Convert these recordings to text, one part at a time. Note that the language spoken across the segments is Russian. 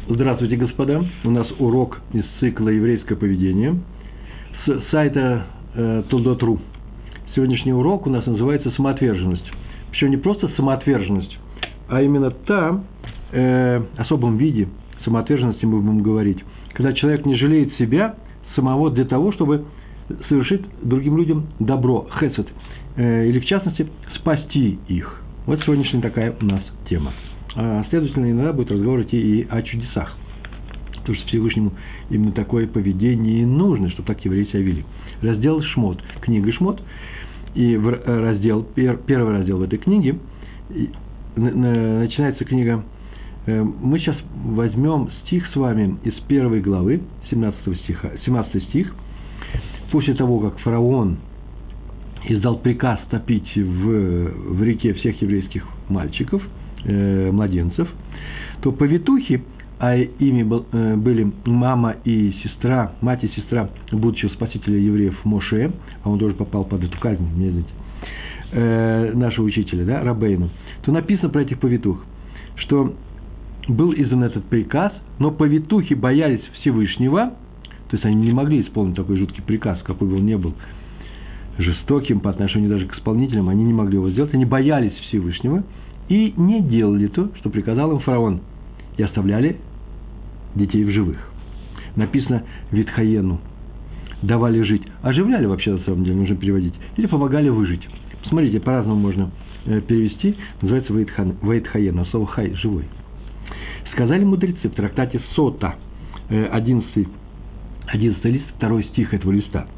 Здравствуйте, господа. У нас урок из цикла «Еврейское поведение» с сайта Толдот.ру. Сегодняшний урок у нас называется «Самоотверженность». Причем не просто самоотверженность, а именно та, особом виде самоотверженности мы будем говорить, когда человек не жалеет себя самого для того, чтобы совершить другим людям добро, хесед, или в частности спасти их. Вот сегодняшняя такая у нас тема. Следовательно, иногда будет разговор идти и о чудесах. Потому что Всевышнему именно такое поведение и нужно, чтобы так евреи себя вели. Раздел Шмот, книга Шмот, и первый раздел в этой книге, начинается книга, мы сейчас возьмем стих с вами из первой главы, 17 стих, после того, как фараон издал приказ топить в реке всех еврейских мальчиков, младенцев, то повитухи, а ими были мать и сестра будущего спасителя евреев Моше, а он тоже попал под эту казнь, не знаете, нашего учителя, да, Рабейну, то написано про этих повитух, что был издан этот приказ, но повитухи боялись Всевышнего, то есть они не могли исполнить такой жуткий приказ, какой бы он ни был, жестоким по отношению даже к исполнителям, они не могли его сделать, они боялись Всевышнего и не делали то, что приказал им фараон, и оставляли детей в живых. Написано «Витхаену», давали жить, оживляли вообще на самом деле, нужно переводить, или помогали выжить. Посмотрите, по-разному можно перевести, называется «Вейтхаену», слово «хай» – живой. Сказали мудрецы в трактате Сота, 11 лист, 2 стих этого листа.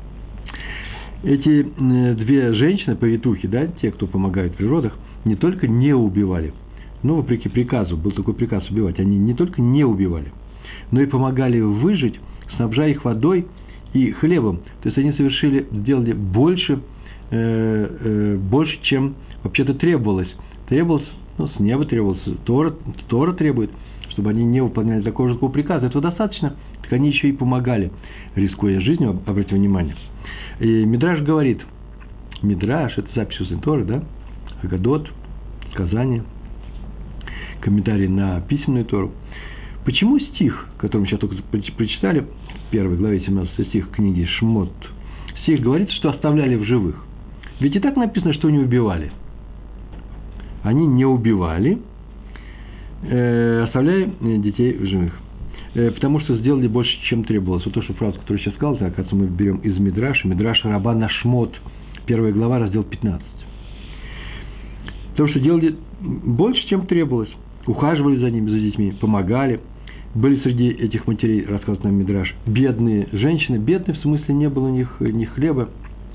Эти две женщины, повитухи, да, те, кто помогают в родах, не только не убивали, но вопреки приказу, был такой приказ убивать, они не только не убивали, но и помогали выжить, снабжая их водой и хлебом. То есть они сделали больше, чем вообще-то требовалось. С неба требовалось, Тора требует, чтобы они не выполняли такого жуткого приказа. Этого достаточно, так они еще и помогали, рискуя жизнью, обратите внимание. И Мидраш говорит, Мидраш – это запись устной Торы, да, Агадот, сказание, комментарий на письменную Тору. Почему стих, который мы сейчас только прочитали, в 1 главе 17 стих книги Шмот, стих говорит, что оставляли в живых? Ведь и так написано, что не убивали. Они не убивали, оставляя детей в живых. Потому что сделали больше, чем требовалось. Вот то, что фразу, которую я сейчас сказал, оказывается, мы берем из Мидраша, Мидраш Рабана Шмот, 1 глава, раздел 15. Потому что делали больше, чем требовалось. Ухаживали за ними, за детьми, помогали. Были среди этих матерей, рассказывает нам Мидраш, бедные женщины. Бедные, в смысле, не было у них ни хлеба,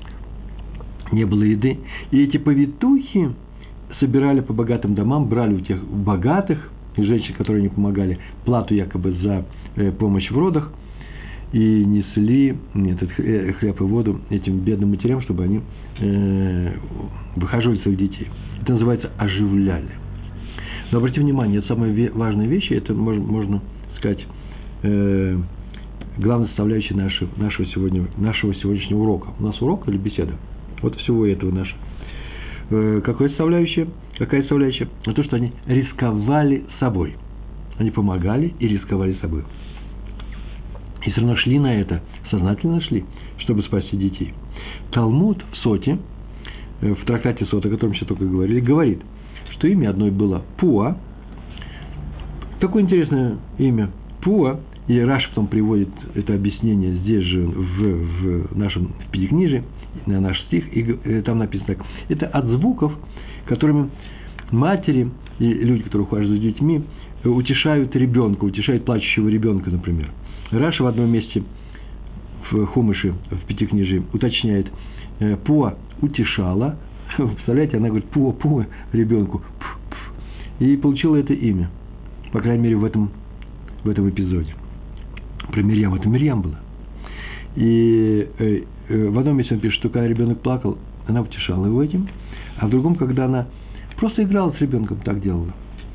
не было еды. И эти повитухи собирали по богатым домам, брали у тех богатых женщин, которые не помогали, плату якобы за помощь в родах, и несли этот хлеб и воду этим бедным матерям, чтобы они выхаживали своих детей. Это называется «оживляли». Но обратите внимание, это самая важная вещь, это, можно сказать, главная составляющая нашего сегодняшнего урока. У нас урок или беседа? Вот всего этого нашего. Какая составляющая? То, что они рисковали собой. Они помогали и рисковали собой. И все равно шли на это, сознательно шли, чтобы спасти детей. Талмуд в Соте, в трактате Сота, о котором сейчас только говорили, говорит, что имя одной было Пуа. Такое интересное имя Пуа. И Раши потом приводит это объяснение здесь же, в нашем пятикнижии, на наш стих, и там написано так. Это от звуков, которыми матери и люди, которые ухаживают за детьми, утешают ребенка, утешают плачущего ребенка, например. Раши в одном месте в Хумыше, в пятикнижии, уточняет, Пуа утешала, представляете, она говорит, Пуа ребенку, и получила это имя, по крайней мере, в этом эпизоде. Про Мирьям, это Мирьям было. И в одном месте он пишет, что когда ребенок плакал, она утешала его этим, а в другом, когда она просто играла с ребенком, так делала.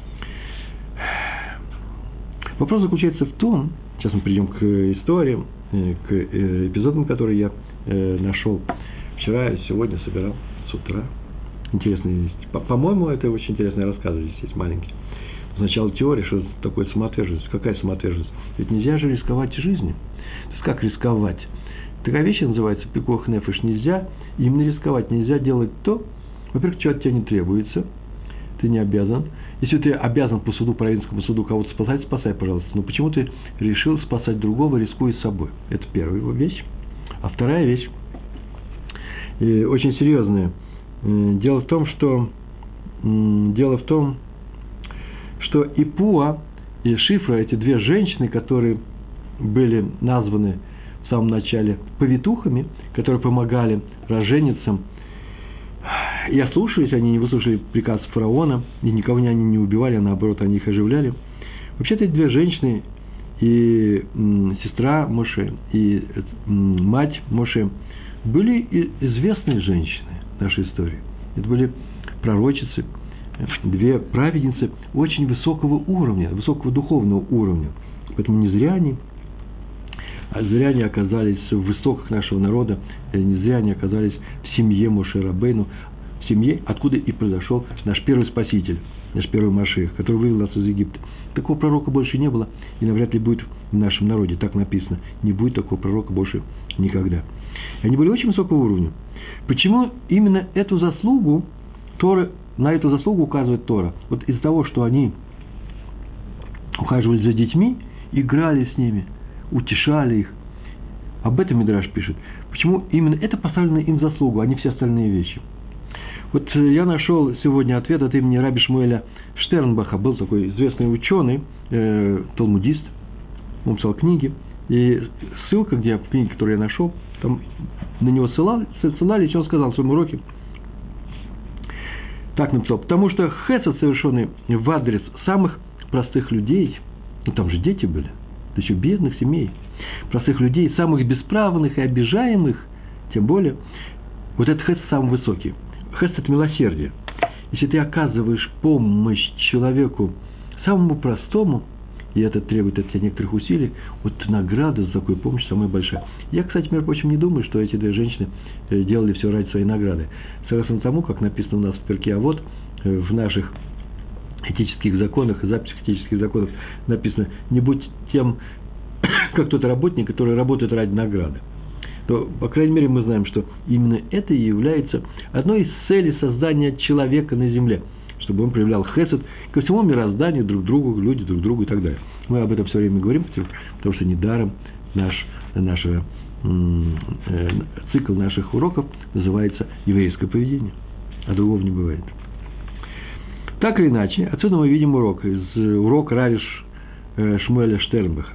Вопрос заключается в том, сейчас мы придем к историям, к эпизодам, которые я нашел вчера и сегодня собирал с утра. Интересные есть. По-моему, это очень интересный рассказ здесь есть, маленький. Сначала теория, что такое самоотверженность. Какая самоотверженность? Ведь нельзя же рисковать жизнью. То есть как рисковать? Такая вещь называется пикуах нефеш. Нельзя именно рисковать. Нельзя делать то, во-первых, что от тебя не требуется. Ты не обязан. Если ты обязан по суду, по раввинскому суду кого-то спасать, спасай, пожалуйста. Но почему ты решил спасать другого, рискуя собой? Это первая вещь. А вторая вещь, очень серьезная. Дело в том, что и Пуа, и Шифра, эти две женщины, которые были названы в самом начале повитухами, которые помогали роженицам, и ослушались, они не выслушали приказ фараона, и никого они не убивали, а наоборот, они их оживляли. Вообще-то эти две женщины, и сестра Моше, и мать Моше, были известные женщины в нашей истории. Это были пророчицы, две праведницы очень высокого уровня, высокого духовного уровня. Поэтому не зря они оказались в истоках нашего народа, не зря они оказались в семье Моше Рабейну, в семье, откуда и произошел наш первый спаситель, наш первый Машиах, который вывел нас из Египта. Такого пророка больше не было, и навряд ли будет в нашем народе, так написано. Не будет такого пророка больше никогда. Они были очень высокого уровня. Почему именно эту заслугу Тора, на эту заслугу указывает Тора? Вот из-за того, что они ухаживали за детьми, играли с ними, утешали их. Об этом Мидраш пишет. Почему именно это поставлено им в заслугу, а не все остальные вещи? Вот я нашел сегодня ответ от имени Раби Шмуэля Штернбаха. Был такой известный ученый, талмудист. Он писал книги. И ссылка, где в книге, которую я нашел, там на него ссылались, и он сказал в своем уроке, так написал: потому что хесед, совершенный в адрес самых простых людей, ну там же дети были, да еще бедных семей, простых людей, самых бесправных и обижаемых, тем более, вот этот хесед самый высокий. Хесед – это милосердие. Если ты оказываешь помощь человеку самому простому, и это требует от тебя некоторых усилий, вот награда за такую помощь самая большая. Я, кстати, между прочим, не думаю, что эти две женщины делали все ради своей награды. Согласно тому, как написано у нас в Перке Авот, в наших этических законах, записях этических законов написано: не будь тем, как тот работник, который работает ради награды. То, по крайней мере, мы знаем, что именно это и является одной из целей создания человека на земле, чтобы он проявлял хесед ко всему мирозданию, друг другу, люди друг другу и так далее. Мы об этом все время говорим, потому что недаром цикл наших уроков называется «Еврейское поведение», а другого не бывает. Так или иначе, отсюда мы видим урок Рави Шмуэля Штернбаха.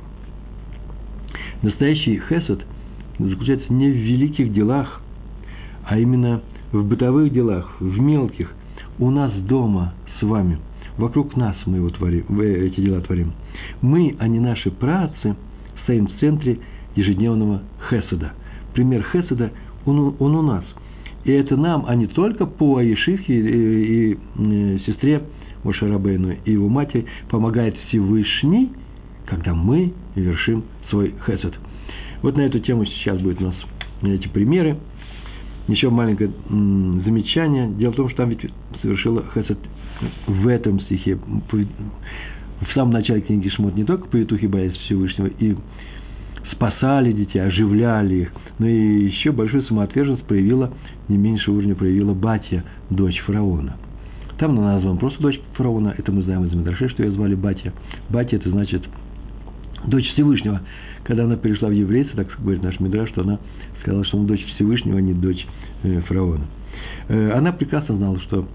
Настоящий хесед заключается не в великих делах, а именно в бытовых делах, в мелких. У нас дома с вами, вокруг нас мы его творим, эти дела творим. Мы, а не наши праотцы, стоим в центре ежедневного хеседа. Пример хеседа, он у нас. И это нам, а не только по Ешивхе и сестре Моше Рабейну и его матери, помогает Всевышний, когда мы вершим свой хесед. Вот на эту тему сейчас будут у нас эти примеры. Еще маленькое замечание. Дело в том, что там ведь совершила хесед в этом стихе. В самом начале книги Шмот не только повитухи боялись Всевышнего и спасали детей, оживляли их, но и еще большую самоотверженность проявила, не меньше уровня проявила Батья, дочь фараона. Там она названа просто дочь фараона, это мы знаем из Мидрашей, что ее звали Батья. Батья – это значит дочь Всевышнего. Когда она перешла в еврейство, так говорит наш Мидраш, что она сказала, что она дочь Всевышнего, а не дочь фараона. Она прекрасно знала, что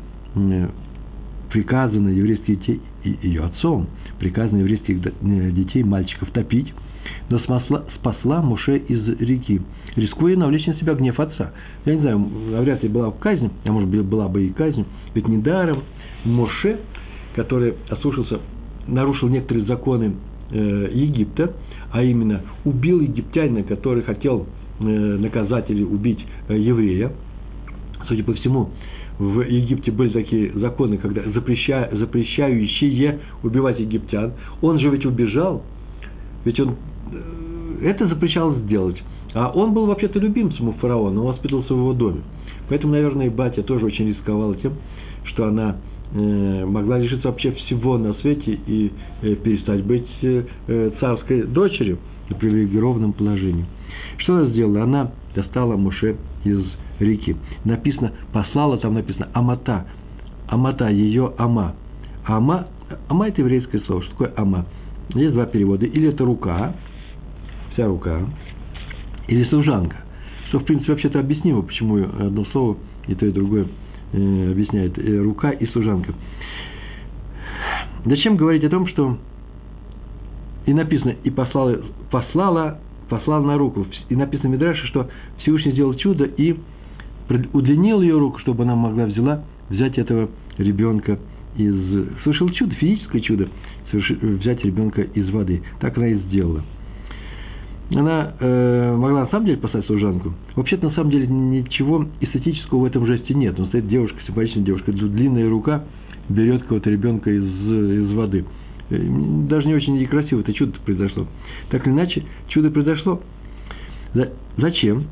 приказано еврейских детей, и ее отцом, приказано еврейских детей, мальчиков, топить, но спасла Моше из реки, рискуя навлечь на себя гнев отца. Я не знаю, вряд ли была казнь, а может быть, была бы и казнь, ведь недаром Моше, который нарушил некоторые законы Египта, а именно убил египтянина, который хотел наказать или убить еврея. Судя по всему, в Египте были такие законы, когда запрещающие убивать египтян. Он же ведь убежал, ведь он это запрещалось сделать. А он был вообще-то любимцем у фараона, он воспитывался в его доме. Поэтому, наверное, и Батя тоже очень рисковала тем, что она могла лишиться вообще всего на свете и перестать быть царской дочерью и привилегированным положением. Что она сделала? Она достала Моше из реки. Написано, послала, там написано амата. Амата, ее ама. Ама – это еврейское слово. Что такое ама? Есть два перевода. Или это рука, вся рука, или служанка. Что, в принципе, вообще-то объяснимо, почему одно слово и то, и другое объясняет. Рука и служанка. Зачем говорить о том, что и написано, и послала на руку. И написано в Мидраше, что Всевышний сделал чудо и удлинил ее руку, чтобы она могла взять этого ребенка совершил чудо, физическое чудо, взять ребенка из воды. Так она и сделала. Она могла на самом деле послать служанку. Вообще-то, на самом деле, ничего эстетического в этом жесте нет. Он стоит девушка, симпатичная девушка, длинная рука берет кого-то ребенка из воды. Даже не очень красиво это чудо произошло. Так или иначе, чудо произошло. Зачем?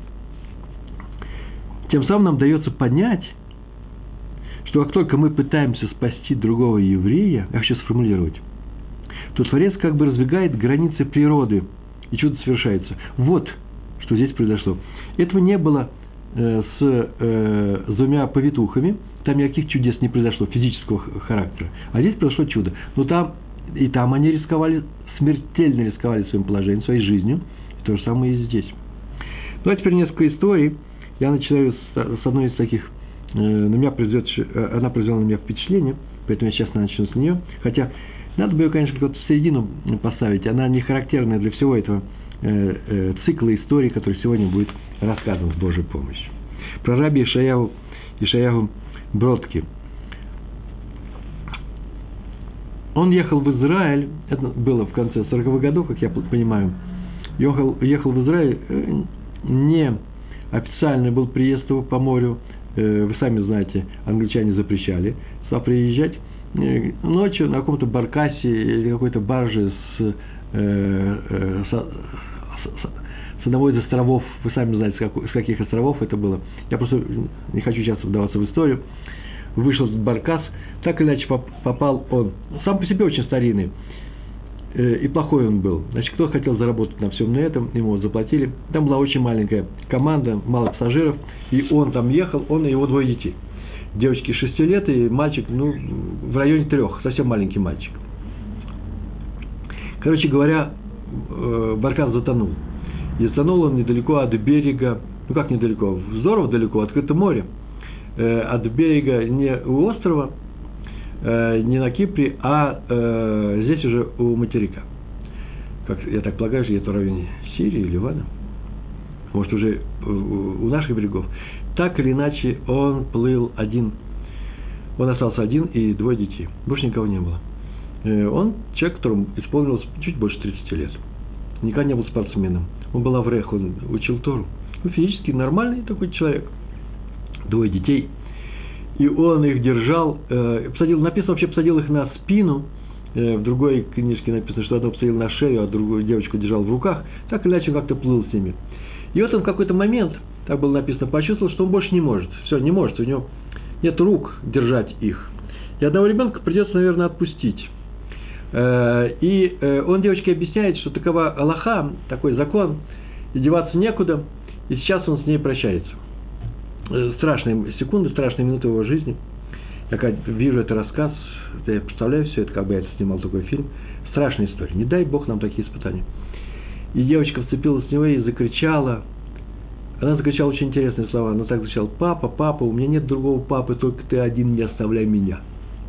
Тем самым нам дается понять, что как только мы пытаемся спасти другого еврея, я хочу сформулировать, то Творец как бы раздвигает границы природы, и чудо совершается. Вот что здесь произошло. Этого не было с двумя повитухами, там никаких чудес не произошло, физического характера. А здесь произошло чудо. Но там они рисковали, смертельно рисковали своим положением, своей жизнью. И то же самое и здесь. Ну, а теперь несколько историй. Я начинаю с одной из таких. Она произвела на меня впечатление, поэтому я сейчас начну с нее. Хотя надо бы ее, конечно, в середину поставить. Она не характерная для всего этого цикла историй, который сегодня будет рассказан с Божьей помощью. Про раби Ишаяху Бродки. Он ехал в Израиль, это было в конце 40-х годов, как я понимаю. Ехал в Израиль, не официальный был приезд его по морю. Вы сами знаете, англичане запрещали сюда приезжать. Ночью на каком-то баркасе или какой-то барже с одного из островов, вы сами знаете, с каких островов это было. Я просто не хочу сейчас вдаваться в историю. Вышел этот баркас, так или иначе попал он, сам по себе очень старинный, и плохой он был. Значит, кто хотел заработать на всем на этом, ему заплатили. Там была очень маленькая команда, мало пассажиров, и он там ехал, он и его двое детей. Девочке 6 лет и мальчик, в районе 3, совсем маленький мальчик. Короче говоря, баркас затонул. И затонул он недалеко от берега, как недалеко, здорово далеко, открыто море. От берега не у острова, не на Кипре, а здесь уже у материка. Как, я так полагаю, что это в районе Сирии, Ливана. Может, уже у наших берегов. Так или иначе, он плыл один. Он остался один и 2 детей. Больше никого не было. Он человек, которому исполнилось чуть больше 30 лет. Никогда не был спортсменом. Он был аврех, он учил Тору. Физически нормальный такой человек. 2 детей. И он их держал, посадил их на спину. В другой книжке написано, что одного посадил на шею, а другую девочку держал в руках. Так или иначе, он как-то плыл с ними. И вот он в какой-то момент, так было написано, почувствовал, что он больше не может. Все, не может, у него нет рук держать их. И одного ребенка придется, наверное, отпустить. И он девочке объясняет, что такова алаха, такой закон, и деваться некуда, и сейчас он с ней прощается. Страшные секунды, страшные минуты его жизни. Я как вижу этот рассказ, я представляю все это, как бы я снимал такой фильм. Страшная история. Не дай Бог нам такие испытания. И девочка вцепилась в него и закричала. Она закричала очень интересные слова. Она так закричала: «Папа, папа, у меня нет другого папы, только ты один, не оставляй меня».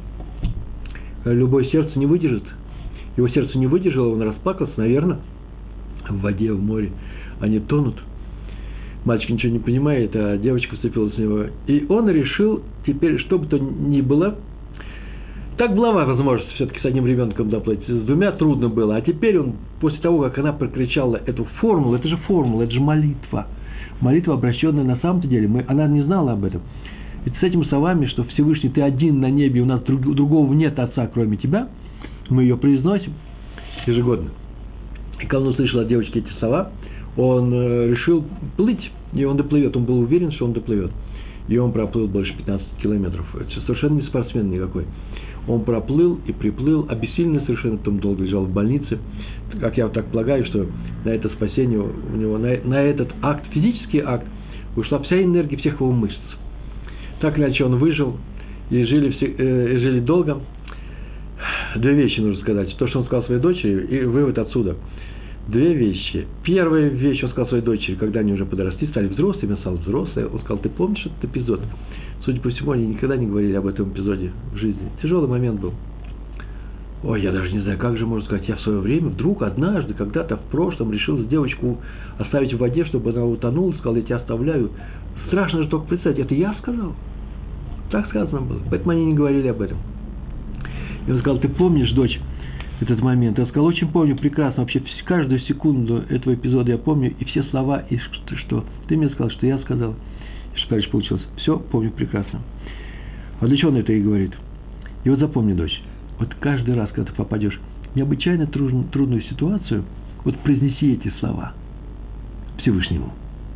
Любое сердце не выдержит. Его сердце не выдержало, он расплакался, наверное, в воде, в море. Они тонут. Мальчик ничего не понимает, а девочка вцепилась в него. И он решил теперь, что бы то ни было, так была возможность все-таки с одним ребенком доплыть, с 2 трудно было. А теперь он, после того, как она прокричала эту формулу, это же молитва. Молитва, обращенная на самом-то деле, она не знала об этом. И с этими словами, что Всевышний, ты один на небе, у нас другого нет отца, кроме тебя, мы ее произносим ежегодно. И когда он услышал от девочки эти слова, он решил плыть, и он доплывет, он был уверен, что он доплывет. и он проплыл больше 15 километров. Это совершенно не спортсмен никакой. Он проплыл и приплыл, обессиленный совершенно, потом долго лежал в больнице. Как я так полагаю, что на это спасение у него, на этот акт, физический акт, ушла вся энергия всех его мышц. Так или иначе он выжил, и жили долго. Две вещи нужно сказать. То, что он сказал своей дочери, и вывод отсюда. Две вещи. Первая вещь, он сказал своей дочери, когда они уже подросли, стали взрослыми, стал взрослый, он сказал: ты помнишь этот эпизод? Судя по всему, они никогда не говорили об этом эпизоде в жизни. Тяжелый момент был. Ой, я даже не знаю, как же можно сказать. Я в свое время вдруг однажды, когда-то в прошлом, решил девочку оставить в воде, чтобы она утонула, сказал: я тебя оставляю. Страшно же только представить, это я сказал. Так сказано было. Поэтому они не говорили об этом. И он сказал: ты помнишь, дочь, этот момент? Я сказал: очень помню, прекрасно. Вообще, каждую секунду этого эпизода я помню, и все слова, и что ты мне сказал, что я сказал, и что дальше получилось. Все помню прекрасно. А для чего он это и говорит? И вот запомни, дочь, вот каждый раз, когда ты попадешь в необычайно трудную ситуацию, вот произнеси эти слова Всевышнему.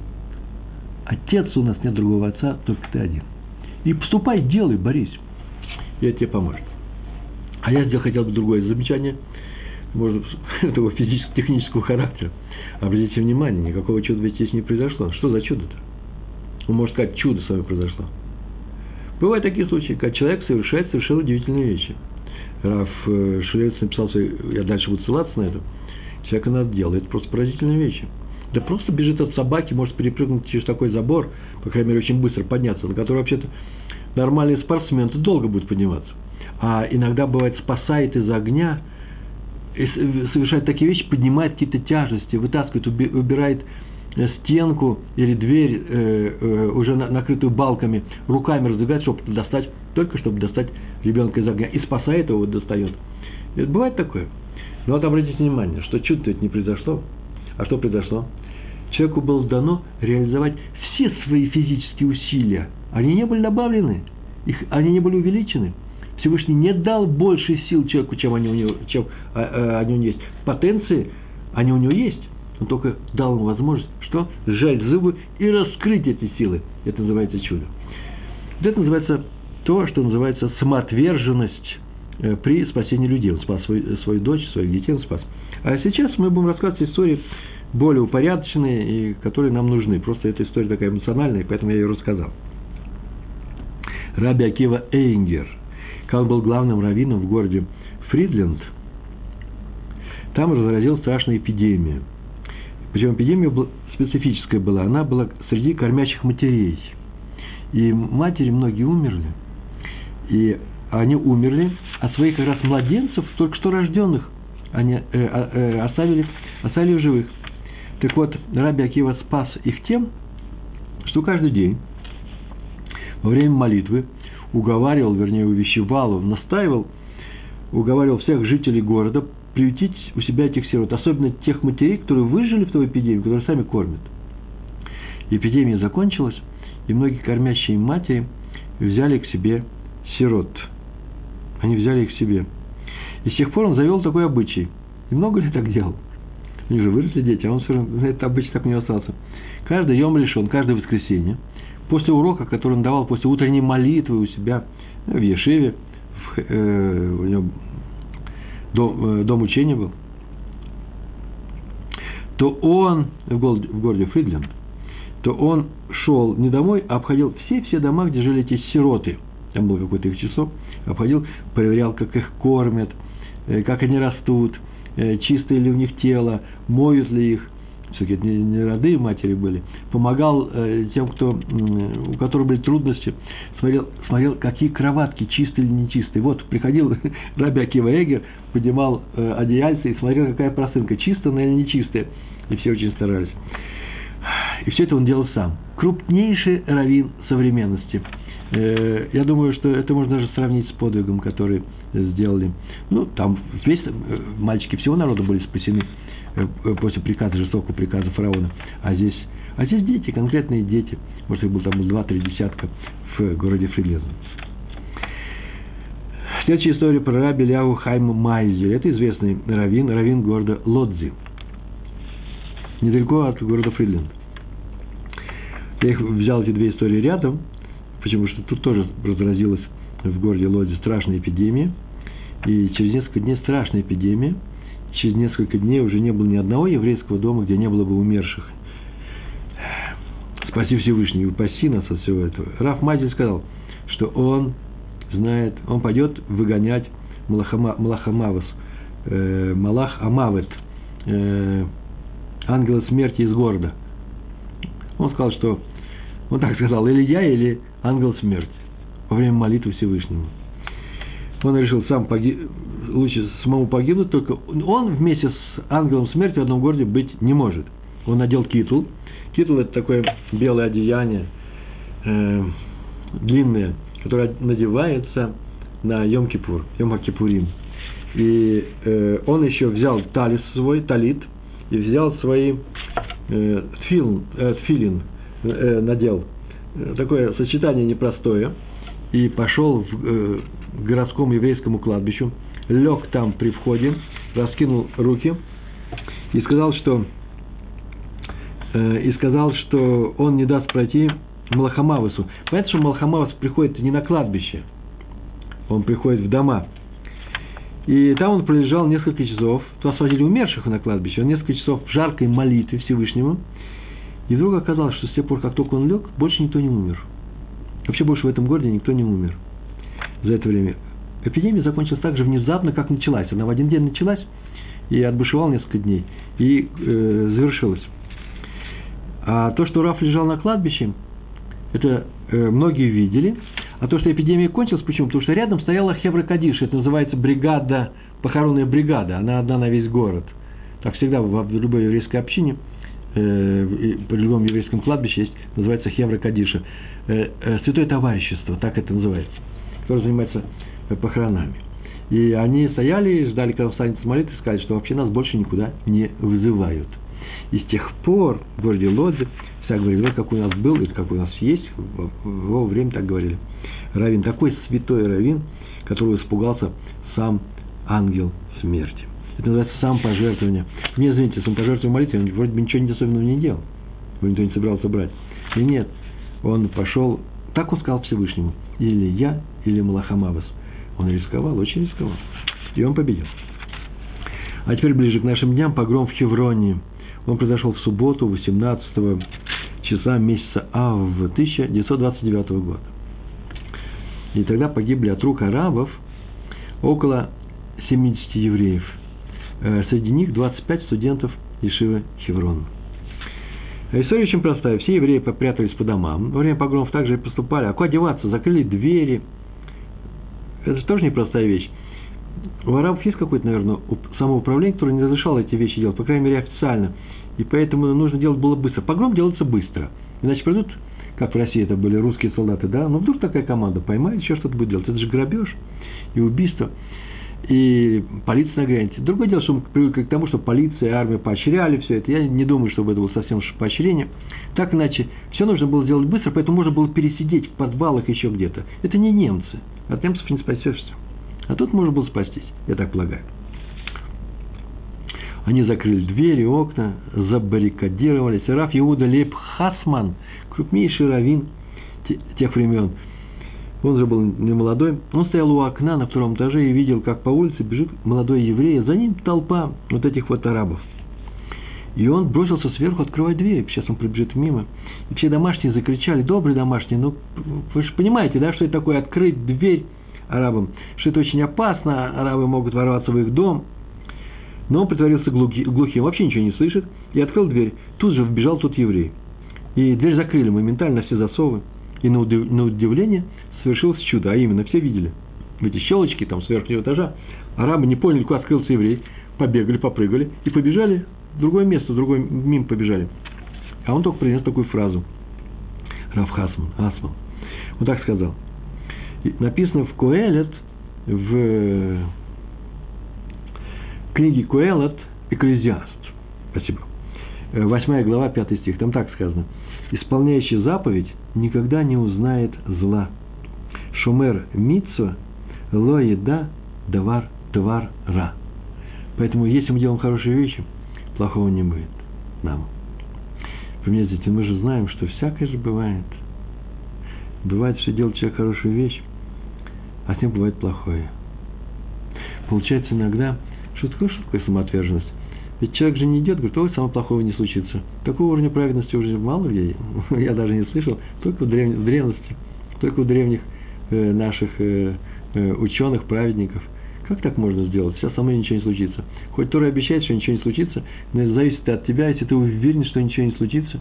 Отец у нас, нет другого отца, только ты один. И поступай, делай, борись. И это тебе поможет. А я хотел бы другое замечание, может, этого физическо-технического характера. Обратите внимание, никакого чуда ведь здесь не произошло. Что за чудо-то? Он может сказать: чудо с вами произошло. Бывают такие случаи, когда человек совершает совершенно удивительные вещи. Рав Шулевец написал, я дальше буду ссылаться на это, человека надо делать. Это просто поразительные вещи. Да просто бежит от собаки, может перепрыгнуть через такой забор, по крайней мере, очень быстро подняться, на который вообще-то нормальный спортсмен долго будет подниматься. А иногда, бывает, спасает из огня, и совершает такие вещи, поднимает какие-то тяжести, вытаскивает, убирает стенку или дверь, уже накрытую балками, руками раздвигает, чтобы достать ребенка из огня. И спасает его, достает. Это бывает такое. Но вот обратите внимание, что чудо-то это не произошло. А что произошло? Человеку было дано реализовать все свои физические усилия. Они не были добавлены, они не были увеличены. Всевышний не дал больше сил человеку, чем они у него есть. Потенции, они у него есть. Он только дал ему возможность, что? Сжать зубы и раскрыть эти силы. Это называется чудо. Это называется то, что называется самоотверженность при спасении людей. Он спас свою дочь, своих детей он спас. А сейчас мы будем рассказывать истории более упорядоченные, и которые нам нужны. Просто эта история такая эмоциональная, поэтому я ее рассказал. Раби Акива Эйнгер, когда он был главным раввином в городе Фридленд, там разразилась страшная эпидемия. Причем эпидемия специфическая была. Она была среди кормящих матерей. И матери многие умерли. И они умерли, а своих как раз младенцев, только что рожденных, они оставили в живых. Так вот, Раби Акива спас их тем, что каждый день во время молитвы увещевал, настаивал, уговаривал всех жителей города приютить у себя этих сирот, особенно тех матерей, которые выжили в той эпидемии, которые сами кормят. Эпидемия закончилась, и многие кормящие матери взяли к себе сирот. Они взяли их к себе. И с тех пор он завел такой обычай. И много ли так делал? Они же выросли дети, а он все равно, этот обычай так не остался. Каждый йом ришон, каждое воскресенье, после урока, который он давал, после утренней молитвы у себя в Ешиве, у него дом учения был, то он в городе Фридленд, то он шел не домой, а обходил все дома, где жили эти сироты. Там было какое-то их число. Обходил, проверял, как их кормят, как они растут, чистое ли у них тело, моют ли их. Все-таки это не роды матери были. Помогал тем, у которых были трудности. Смотрел, какие кроватки, чистые или нечистые. Вот, приходил Раби Акива Эйнгер, поднимал одеяльце и смотрел, какая простынка, чистая она или нечистая. И все очень старались. И все это он делал сам. Крупнейший раввин современности. Я думаю, что это можно даже сравнить с подвигом, который сделали. Там весь мальчики всего народа были спасены после жестокого приказа фараона. А здесь дети, конкретные дети. Может, их было там 2-3 десятка в городе Фридленд. Следующая история про раби Эляу Хайма Майзер. Это известный раввин города Лодзи. Недалеко от города Фридленд. Я взял эти две истории рядом, Почему? Потому что тут тоже разразилась в городе Лоде страшная эпидемия. И через несколько дней страшная эпидемия. Через несколько дней уже не было ни одного еврейского дома, где не было бы умерших. Спаси Всевышний, упаси нас от всего этого. Рав Мазель сказал, что он знает, он пойдет выгонять Малах Амавет, ангела смерти из города. Он сказал, что, он так сказал, или я, или ангел смерти во время молитвы Всевышнему. Он решил лучше самому погибнуть, только он вместе с ангелом смерти в одном городе быть не может. Он надел китул. Китул – это такое белое одеяние, длинное, которое надевается на Йом-Кипур, Йом-Кипурим. И он еще взял талит, и взял свои тфилин, надел. Такое сочетание непростое. И пошел к городскому еврейскому кладбищу, лег там при входе, раскинул руки и сказал, что он не даст пройти Малахамавесу. Понятно, что Малахамавес приходит не на кладбище, он приходит в дома. И там он пролежал несколько часов, туда сводили умерших на кладбище, он несколько часов в жаркой молитве Всевышнему, и вдруг оказалось, что с тех пор, как только он лег, больше никто не умер. Вообще больше в этом городе никто не умер за это время. Эпидемия закончилась так же внезапно, как началась. Она в один день началась и отбушевала несколько дней, и завершилась. А то, что Раф лежал на кладбище, это многие видели. А то, что эпидемия кончилась, почему? Потому что рядом стояла Хевра Кадиш, это называется бригада, похоронная бригада, она одна на весь город. Так всегда в любой еврейской общине, при любом еврейском кладбище есть, называется Хевра Кадиша. Святое товарищество, так это называется, которое занимается похоронами. И они стояли, ждали, когда встанет с молитвы, и сказали, что вообще нас больше никуда не вызывают. И с тех пор в городе Лодзе вся говорили, вот какой у нас был, и какой у нас есть, в его время так говорили. Раввин, такой святой раввин, которого испугался сам ангел смерти. Это называется самопожертвование. Не, извините, самопожертвование молитвы, он вроде бы ничего особенного не делал. Его никто не собирался брать. И нет, он пошел, так он сказал Всевышнему, или я, или Малахамавес. Он рисковал, очень рисковал. И он победил. А теперь ближе к нашим дням погром в Хевроне. Он произошел в субботу, 18 числа месяца Ав 1929 года. И тогда погибли от рук арабов около 70 евреев. Среди них 25 студентов Ешивы Хеврон. История очень простая. Все евреи попрятались по домам. Во время погромов также и поступали. А куда деваться? Закрыли двери. Это же тоже непростая вещь. У арабов есть какое-то, наверное, самоуправление, которое не разрешало эти вещи делать, по крайней мере, официально. И поэтому нужно делать было быстро. Погром делается быстро. Иначе придут, как в России это были русские солдаты, да, но вдруг такая команда поймает, еще что-то будет делать. Это же грабеж и убийство. И полиция нагрянет. Другое дело, что мы привыкли к тому, что полиция и армия поощряли все это. Я не думаю, чтобы это было совсем поощрение. Так иначе, все нужно было сделать быстро, поэтому можно было пересидеть в подвалах еще где-то. Это не немцы. От немцев не спасешься. А тут можно было спастись, я так полагаю. Они закрыли двери, окна, забаррикадировались. Рав Иуда Лейб Хасман, крупнейший раввин тех времен, он же был не молодой, он стоял у окна на втором этаже и видел, как по улице бежит молодой еврей, за ним толпа вот этих вот арабов. И он бросился сверху открывать дверь, сейчас он прибежит мимо. И все домашние закричали, добрые домашние, ну вы же понимаете, да, что это такое открыть дверь арабам, что это очень опасно, арабы могут ворваться в их дом. Но он притворился глухим, вообще ничего не слышит, и открыл дверь. Тут же вбежал тот еврей. И дверь закрыли моментально, все засовы. И на удивление совершилось чудо, а именно, все видели в эти щелочки там с верхнего этажа, арабы не поняли, куда скрылся еврей, побегали, попрыгали и побежали в другое место, в другой мимо побежали. А он только принес такую фразу. Рав Хасман, он так сказал. И написано в Коэлет, в книге Коэлет, Экклезиаст. Спасибо. 8 глава, 5 стих, там так сказано. Исполняющий заповедь никогда не узнает зла. Шумер митцва ло еда давар ра. Поэтому, если мы делаем хорошие вещи, плохого не будет нам. Понимаете, мы же знаем, что всякое же бывает. Бывает, что делает человек хорошую вещь, а с ним бывает плохое. Получается иногда, что такое самоотверженность? Ведь человек же не идет, говорит, ой, самого плохого не случится. Такого уровня праведности уже мало где, я даже не слышал, только в древности, только у древних наших ученых, праведников. Как так можно сделать? Сейчас со мной ничего не случится. Хоть Тора обещает, что ничего не случится, но это зависит от тебя, если ты уверен, что ничего не случится.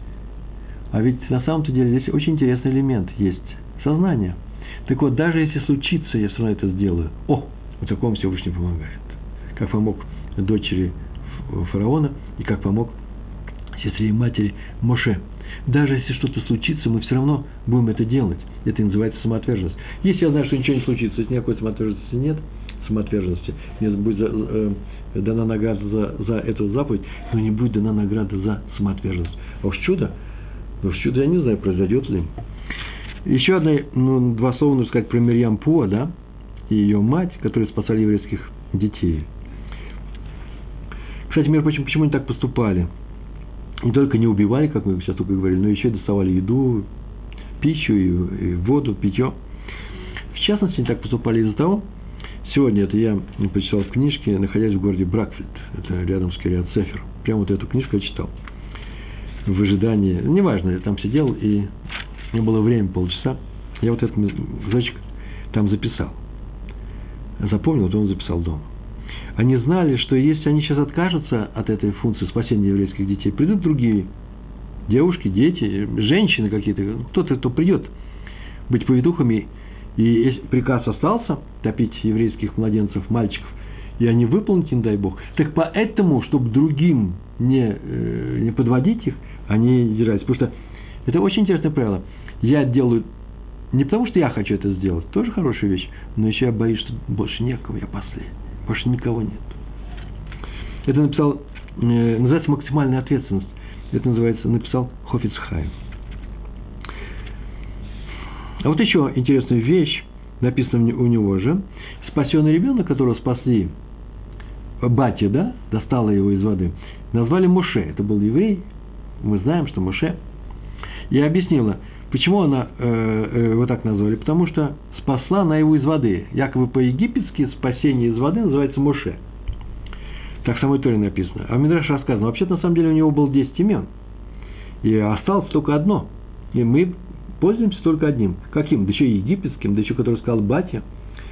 А ведь на самом-то деле здесь очень интересный элемент есть. Сознание. Так вот, даже если случится, я все равно это сделаю. О, вот такому Всевышний помогает. Как помог дочери фараона и как помог сестре и матери Моше. Даже если что-то случится, мы все равно будем это делать. Это и называется самоотверженность. Если я знаю, что ничего не случится, если никакой самоотверженности нет, мне будет дана награда за эту заповедь, но не будет дана награда за самоотверженность. А уж чудо, я не знаю, произойдет ли. Еще два слова нужно сказать про Мирьям Пуа, да, и ее мать, которые спасали еврейских детей. Кстати, между прочим, почему они так поступали? Не только не убивали, как мы сейчас только говорили, но еще и доставали еду, пищу, и воду, питье. В частности, они так поступали из-за того, сегодня это я прочитал в книжке, находясь в городе Бракфельд, это рядом с Кириат-Сефер. Прямо вот эту книжку я читал. В ожидании, неважно, я там сидел, и у меня было время полчаса, я вот этот кусочек там записал. Запомнил, то он записал дома. Они знали, что если они сейчас откажутся от этой функции спасения еврейских детей, придут другие девушки, дети, женщины какие-то, кто-то, кто придет быть повитухами, и если приказ остался топить еврейских младенцев, мальчиков, и они выполнят, не дай Бог, так поэтому, чтобы другим не подводить их, они держались. Потому что это очень интересное правило. Я делаю не потому, что я хочу это сделать, тоже хорошая вещь, но еще я боюсь, что больше некого, я последний. Больше никого нет. Это называется максимальная ответственность. Это написал Хофец Хаим. А вот еще интересная вещь, написана у него же. Спасенный ребенок, которого спасли, батя, да, достала его из воды, назвали Моше. Это был еврей. Мы знаем, что Моше. Я объяснила, почему она вот так назвали. Потому что спасла она его из воды. Якобы по-египетски спасение из воды называется Моше. Так в самой Торе написано. А в Мидраше рассказано. Вообще-то, на самом деле, у него было 10 имен. И осталось только одно. И мы пользуемся только одним. Каким? Да еще и египетским, да еще, который сказал батя.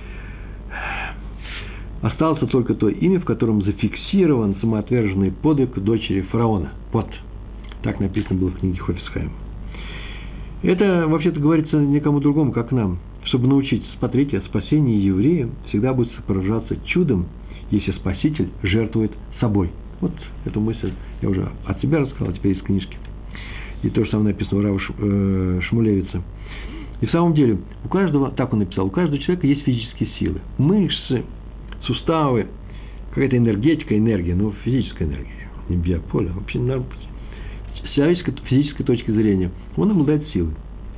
Осталось только то имя, в котором зафиксирован самоотверженный подвиг дочери фараона. Вот. Так написано было в книге Хофец Хаим. Это, вообще-то, говорится никому другому, как нам. Чтобы научить, смотрите, спасение еврея всегда будет сопровождаться чудом, если Спаситель жертвует собой. Вот эту мысль я уже от себя рассказал, а теперь из книжки. И то же самое написано у Рава Шмулевица. И в самом деле, у каждого, так он написал, у каждого человека есть физические силы. Мышцы, суставы, какая-то энергия, но физическая энергия, не биополе, вообще с человеческой физической точки зрения. Он обладает силой.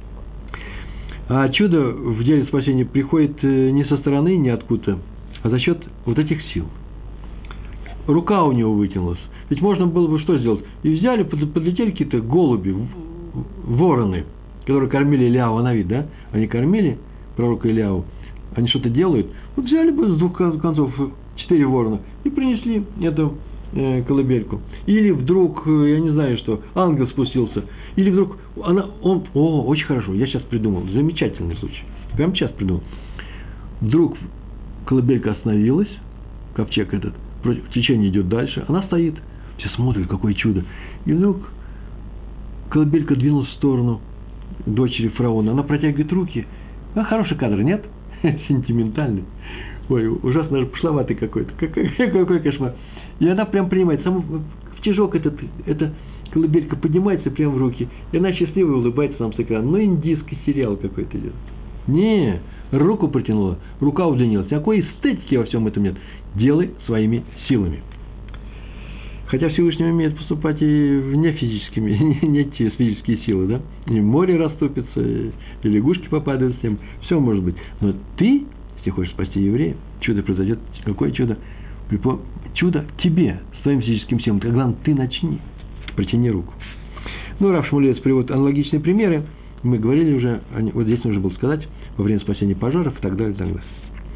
А чудо в деле спасения приходит не со стороны, не откуда, а за счет вот этих сил. Рука у него вытянулась. Ведь можно было бы что сделать? И взяли, подлетели какие-то голуби, вороны, которые кормили Ильяу Анавид, да? Они кормили пророка Ильяу, они что-то делают. Вот взяли бы с двух концов 4 ворона и принесли эту колыбельку. Или вдруг, я не знаю что, ангел спустился. Или вдруг очень хорошо, я сейчас придумал, замечательный случай. Прямо сейчас придумал. Вдруг колыбелька остановилась, ковчег этот, течение идет дальше, она стоит. Все смотрят, какое чудо. И вдруг колыбелька двинулась в сторону дочери фараона. Она протягивает руки. Хороший кадр, нет? Сентиментальный. Ой, ужасно даже пошловатый какой-то. Какой кошмар. И она прям принимает. В тяжок эта колыбелька поднимается прямо в руки. И она счастливо улыбается нам с экрана. Ну, индийский сериал какой-то идет. Не, руку протянула, рука удлинилась. Никакой эстетики во всем этом нет. Делай своими силами. Хотя Всевышний умеет поступать и вне физическими, не те физические силы, да? И море расступится, и лягушки попадают с ним, все может быть. Но ты, если хочешь спасти еврея, чудо произойдет. Какое чудо? Чудо тебе, с твоим физическим силам. Тогда ты начни, протяни руку. Ну, Рав Шмулевец приводит аналогичные примеры. Мы говорили уже, вот здесь нужно было сказать, во время спасения пожаров и так далее, и так далее.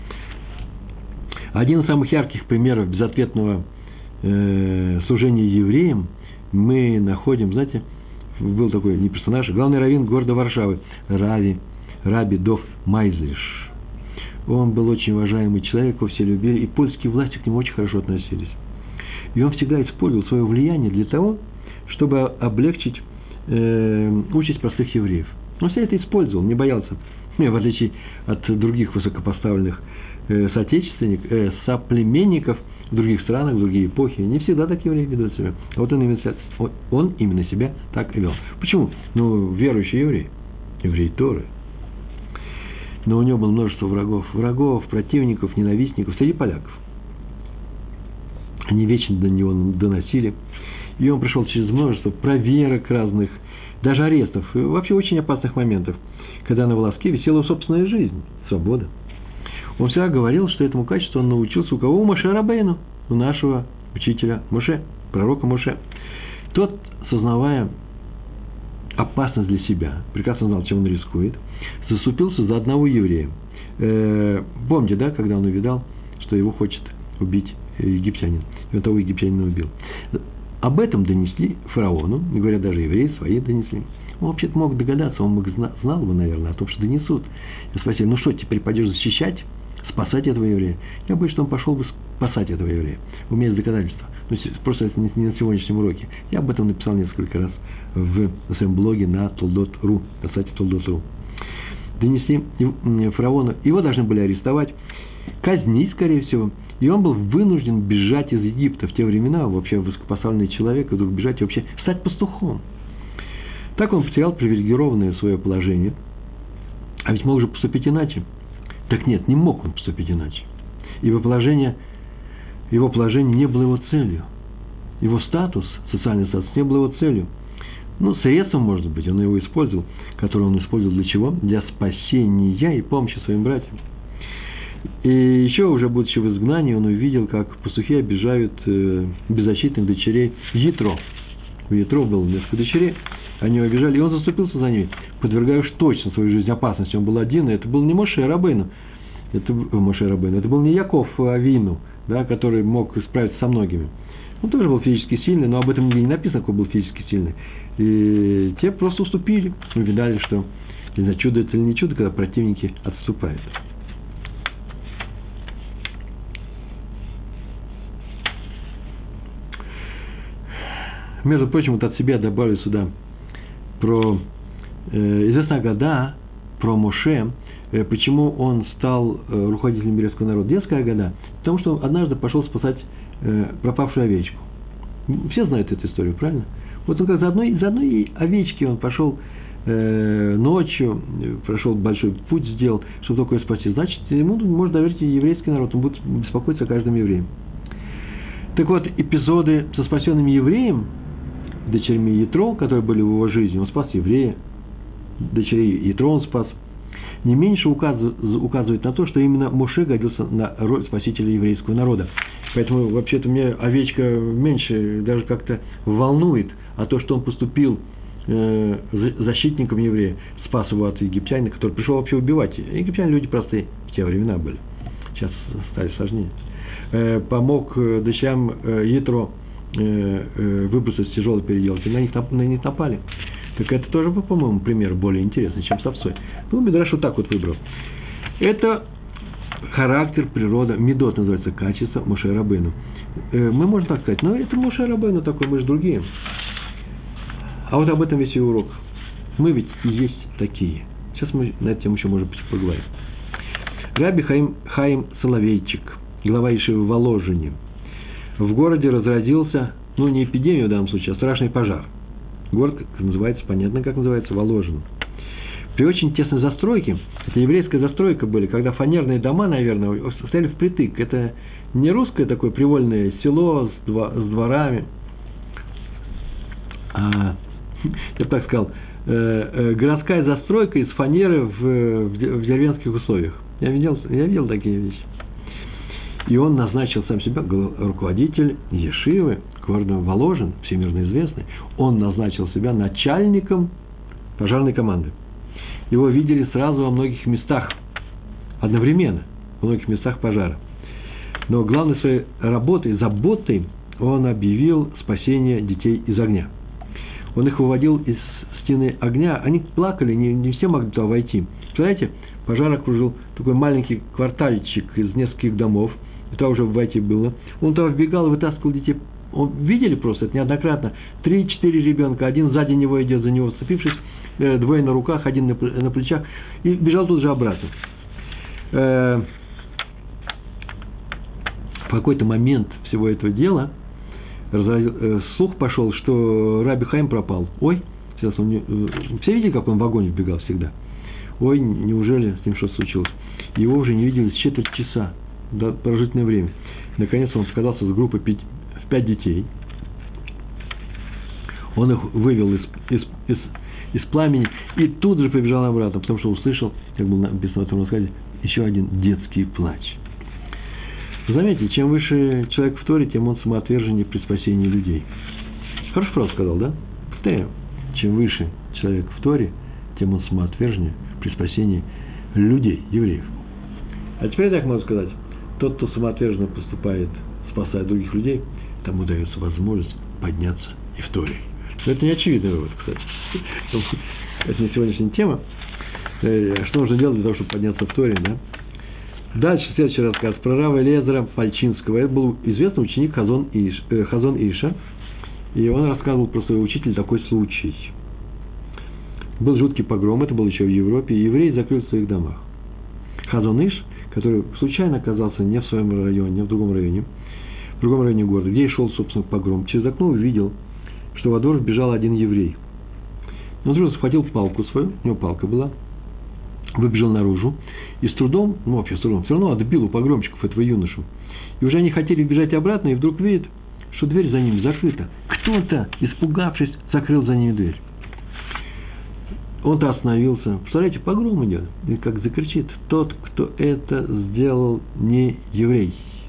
Один из самых ярких примеров безответного служения евреям мы находим, знаете, был такой не персонаж, главный раввин города Варшавы, Раби Дов Майзлиш. Он был очень уважаемый человек, его все любили, и польские власти к нему очень хорошо относились. И он всегда использовал свое влияние для того, чтобы облегчить участь простых евреев. Он все это использовал, не боялся, в отличие от других высокопоставленных соплеменников в других странах, в другие эпохи. Не всегда так евреи ведут себя. А вот он именно себя так и вел. Почему? Верующий еврей Торы. Но у него было множество врагов, противников, ненавистников среди поляков. Они вечно до него доносили. И он прошел через множество проверок разных, даже арестов, и вообще очень опасных моментов, когда на волоске висела собственная жизнь, свобода. Он всегда говорил, что этому качеству он научился у кого? У Моше Рабейну, у нашего учителя Моше, пророка Моше. Тот, сознавая опасность для себя, прекрасно знал, чем он рискует, заступился за одного еврея. Помните, да, когда он увидал, что его хочет убить египтянин, и он того египтянина убил. Об этом донесли фараону, не говоря даже евреи, свои донесли. Он вообще-то мог догадаться, он знал бы, наверное, о том, что донесут. И спросили, что, теперь пойдешь защищать, спасать этого еврея? Я боюсь, что он пошел бы спасать этого еврея. У меня есть доказательства. Просто это не на сегодняшнем уроке. Я об этом написал несколько раз на своем блоге на Толдот.ру, на сайте Толдот.ру. Донесли фараону, его должны были арестовать, казнить, скорее всего. И он был вынужден бежать из Египта. В те времена вообще высокопоставленный человек вдруг бежать и вообще стать пастухом. Так он потерял привилегированное свое положение. А ведь мог же поступить иначе. Так нет, не мог он поступить иначе. Его положение не было его целью. Его статус, социальный статус, не был его целью. Средством, может быть, он его использовал, которое он использовал для чего? Для спасения и помощи своим братьям. И еще, уже будучи в изгнании, он увидел, как пастухи обижают беззащитных дочерей Ятро. У Ятро было несколько дочерей, они его обижали, и он заступился за ними, подвергая уж точно свою жизнь опасности. Он был один, и это был не Моше Рабейну, это был не Яков Авину, да, который мог справиться со многими. Он тоже был физически сильный, но об этом нигде не написано, какой был физически сильный. И те просто уступили. Мы видали, что, не знаю, чудо это или не чудо, когда противники отступают. Между прочим, вот от себя добавлю сюда про известная агада про Моше, почему он стал руководителем еврейского народа. Детская агада, потому что он однажды пошел спасать пропавшую овечку. Все знают эту историю, правильно? Вот он как за одной овечки он пошел ночью, прошел большой путь, сделал, чтобы только ее спасти. Значит, ему может доверить и еврейский народ, он будет беспокоиться о каждом еврее. Так вот, эпизоды со спасенным евреем, дочерьми Ятро, которые были в его жизни, он спас еврея, дочерей Ятро он спас, не меньше указывает на то, что именно Моше годился на роль спасителя еврейского народа. Поэтому, вообще-то, мне овечка меньше даже как-то волнует, а то, что он поступил защитником еврея, спас его от египтянина, который пришел вообще убивать. Египтяне люди простые, в те времена были, сейчас стали сложнее. Помог дочерям Ятро выбраться с тяжелой переделки, на них напали. Так это тоже, по-моему, пример более интересный, чем с овцой. Мидраш вот так вот выбрал. Это характер, природа, мидот называется, качество Моше Рабейну. Мы можем так сказать, но это Моше Рабейну такой, мы же другие. А вот об этом весь и урок. Мы ведь и есть такие. Сейчас мы на эту тему еще, может быть, поговорим. Раби Хаим Соловейчик, глава Ешивы в Воложине. В городе разразился, не эпидемия в данном случае, а страшный пожар. Город, как называется, понятно, как называется, Воложин. При очень тесной застройке, это еврейская застройка были, когда фанерные дома, наверное, стояли впритык. Это не русское такое привольное село с дворами, а, я бы так сказал, городская застройка из фанеры в деревенских условиях. Я видел такие вещи. И он назначил сам себя, руководитель Ешивы, города Воложин, всемирно известный, он назначил себя начальником пожарной команды. его видели сразу во многих местах, одновременно, во многих местах пожара. Но главной своей работой, заботой он объявил спасение детей из огня. Он их выводил из стены огня, они плакали, не все могли туда войти. Представляете, пожар окружил такой маленький квартальчик из нескольких домов, и туда уже войти было. Он туда вбегал, вытаскивал детей. Видели просто это неоднократно. 3-4 ребенка, один сзади него идет, за него вцепившись, двое на руках, один на плечах, и бежал тут же обратно. В какой-то момент всего этого дела слух пошел, что Раби Хаим пропал. Ой, сейчас все видели, как он в огонь вбегал всегда? Ой, неужели с ним что-то случилось? Его уже не видели с четверть часа, продолжительное время. Наконец он оказался с группой в 5 детей. Он их вывел из пламени и тут же побежал обратно, потому что услышал, как было написано в этом рассказе, еще один детский плач. Заметьте, чем выше человек в Торе, тем он самоотверженнее при спасении людей. Хорошо фразу сказал, да? Повторяю. Чем выше человек в Торе, тем он самоотверженнее при спасении людей, евреев. А теперь так можно сказать. Тот, кто самоотверженно поступает, спасая других людей, тому дается возможность подняться и в Торе. Но это не очевидный вывод, кстати. Это не сегодняшняя тема. Что нужно делать для того, чтобы подняться в Торе, да? Дальше следующий рассказ про Рава Элиэзера Пальчинского. Это был известный ученик Хазон Иша. И он рассказывал про своего учителя такой случай. Был жуткий погром, это было еще в Европе, и евреи закрылись в своих домах. Хазон Иш, который случайно оказался не в своем районе, не в другом районе города, где и шел, собственно, погром, через окно увидел, что во двор вбежал один еврей. Он вдруг схватил палку свою, у него палка была, выбежал наружу и с трудом, все равно отбил у погромщиков этого юношу. И уже они хотели бежать обратно, и вдруг видят, что дверь за ними закрыта. Кто-то, испугавшись, закрыл за ними дверь. Он-то остановился. Представляете, погром идет. И как закричит: тот, кто это сделал, не еврей.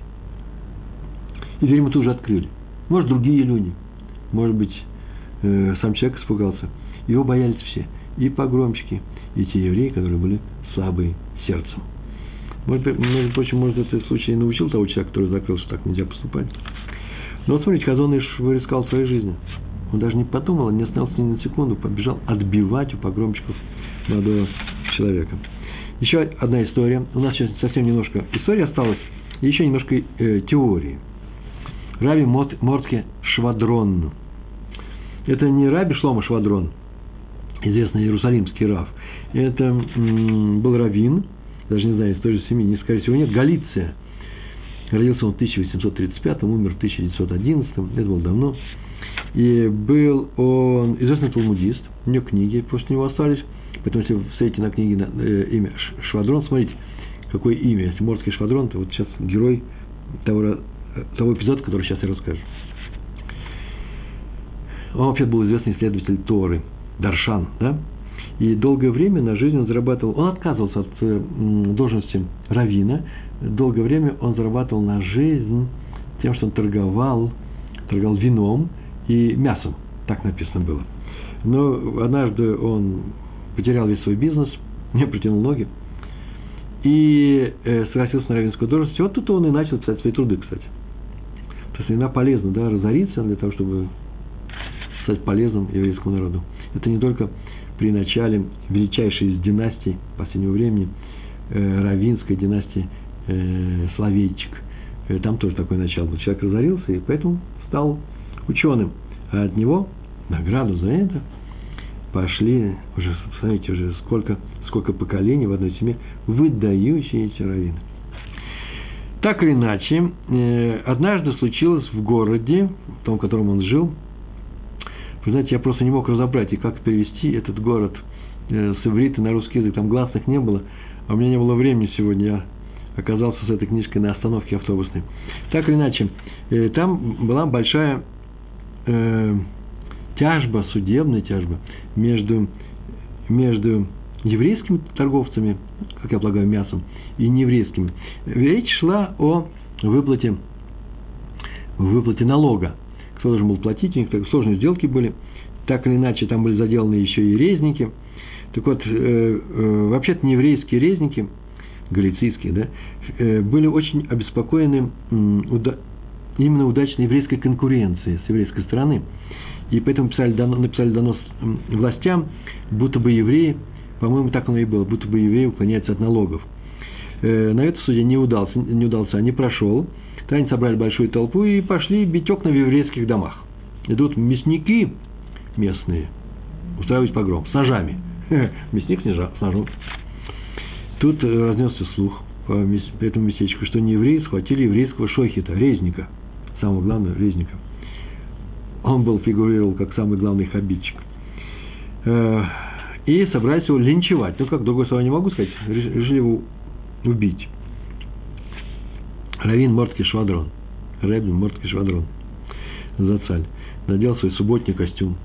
И дверь ему тут же открыли. Может, другие люди. Может быть, сам человек испугался. Его боялись все. И погромщики, и те евреи, которые были слабые сердцем. Между прочим, может, этот случай и научил того человека, который закрыл, что так нельзя поступать. Но вот смотрите, Хазон Иш рисковал своей жизнью. Он даже не подумал, не остановился ни на секунду, побежал отбивать у погромщиков молодого человека. Еще одна история. У нас сейчас совсем немножко истории осталось, и еще немножко теории. Раби Мордке Швадрон. Это не Раби Шломо Швадрон, известный иерусалимский рав. Это был раввин, даже не знаю, историю семьи, скорее всего, нет, Галиция. Родился он в 1835, умер в 1911, это было давно. И был он известный талмудист, у него книги после него остались, поэтому если вы встретите на книге имя Швадрон, смотрите, какое имя. Если Мордский Швадрон, то вот сейчас герой того эпизода, который сейчас я расскажу. Он вообще был известный исследователь Торы, Даршан, да? И долгое время на жизнь он зарабатывал, он отказывался от должности раввина, долгое время он зарабатывал на жизнь тем, что он торговал вином и мясом, так написано было. Но однажды он потерял весь свой бизнес, не протянул ноги, и согласился на раввинскую должность. И вот тут он и начал писать свои труды, кстати. То есть иногда полезно, да, разориться для того, чтобы стать полезным еврейскому народу. Это не только при начале величайшей из династий последнего времени, раввинской династии Соловейчик. Там тоже такое начало был. Человек разорился, и поэтому стал ученым. А от него награду за это пошли, уже, смотрите, уже сколько поколений в одной семье, выдающиеся раввины. Так или иначе, однажды случилось в городе, в том, в котором он жил, вы знаете, я просто не мог разобрать, и как перевести этот город с иврита на русский язык, там гласных не было, а у меня не было времени сегодня, я оказался с этой книжкой на остановке автобусной. Так или иначе, там была большая тяжба, судебная тяжба между еврейскими торговцами, как я полагаю, мясом, и нееврейскими. Речь шла о выплате налога. Кто должен был платить, у них сложные сделки были. Так или иначе, там были заделаны еще и резники. Так вот, вообще-то нееврейские резники, галицийские, да, были очень обеспокоены именно удачной еврейской конкуренцией с еврейской стороны. И поэтому написали донос властям, будто бы евреи, по-моему, так оно и было, будто бы евреи уклоняются от налогов. На это судья не удался, не прошел. Тогда они собрали большую толпу и пошли бить окна в еврейских домах. Идут мясники местные устраивать погром с ножами. Мясник с ножом. Тут разнесся слух по этому местечку, что не евреи схватили еврейского шохита, резника, самого главного резника. Он фигурировал как самый главный их обидчик. И собрались его линчевать. Ну, как другое слово не могу сказать, решили его убить. Раввин Мордкий Швадрон, Ребби Мордкий Швадрон, Зацаль, надел свой субботний костюм,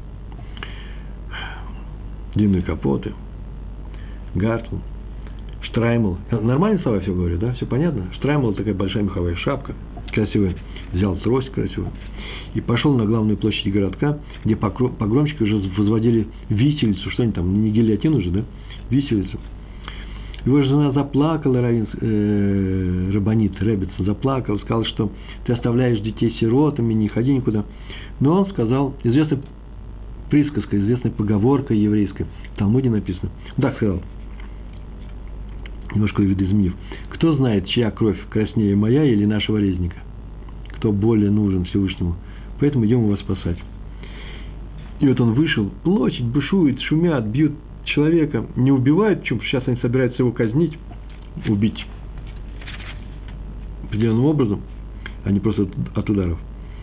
длинные капоты, гартл, штраймл. Нормальные слова все говорю, да? Все понятно? Штраймл – такая большая меховая шапка, красивая. Взял трость красивую и пошел на главную площадь городка, где погромщики уже возводили виселицу, что они там, не гильотину уже, да? Виселицу. Его жена заплакала, Рабанит Реббитсон заплакал, сказал, что ты оставляешь детей сиротами, не ходи никуда. Но он сказал, известная присказка, известная поговорка еврейская, в Талмуде написано, он так сказал, немножко видоизменив, кто знает, чья кровь краснее, моя или нашего резника, кто более нужен Всевышнему, поэтому идем его спасать. И вот он вышел, площадь бушует, шумят, бьют человека, не убивают, чем сейчас они собираются его казнить, убить определенным образом, а не просто от ударов.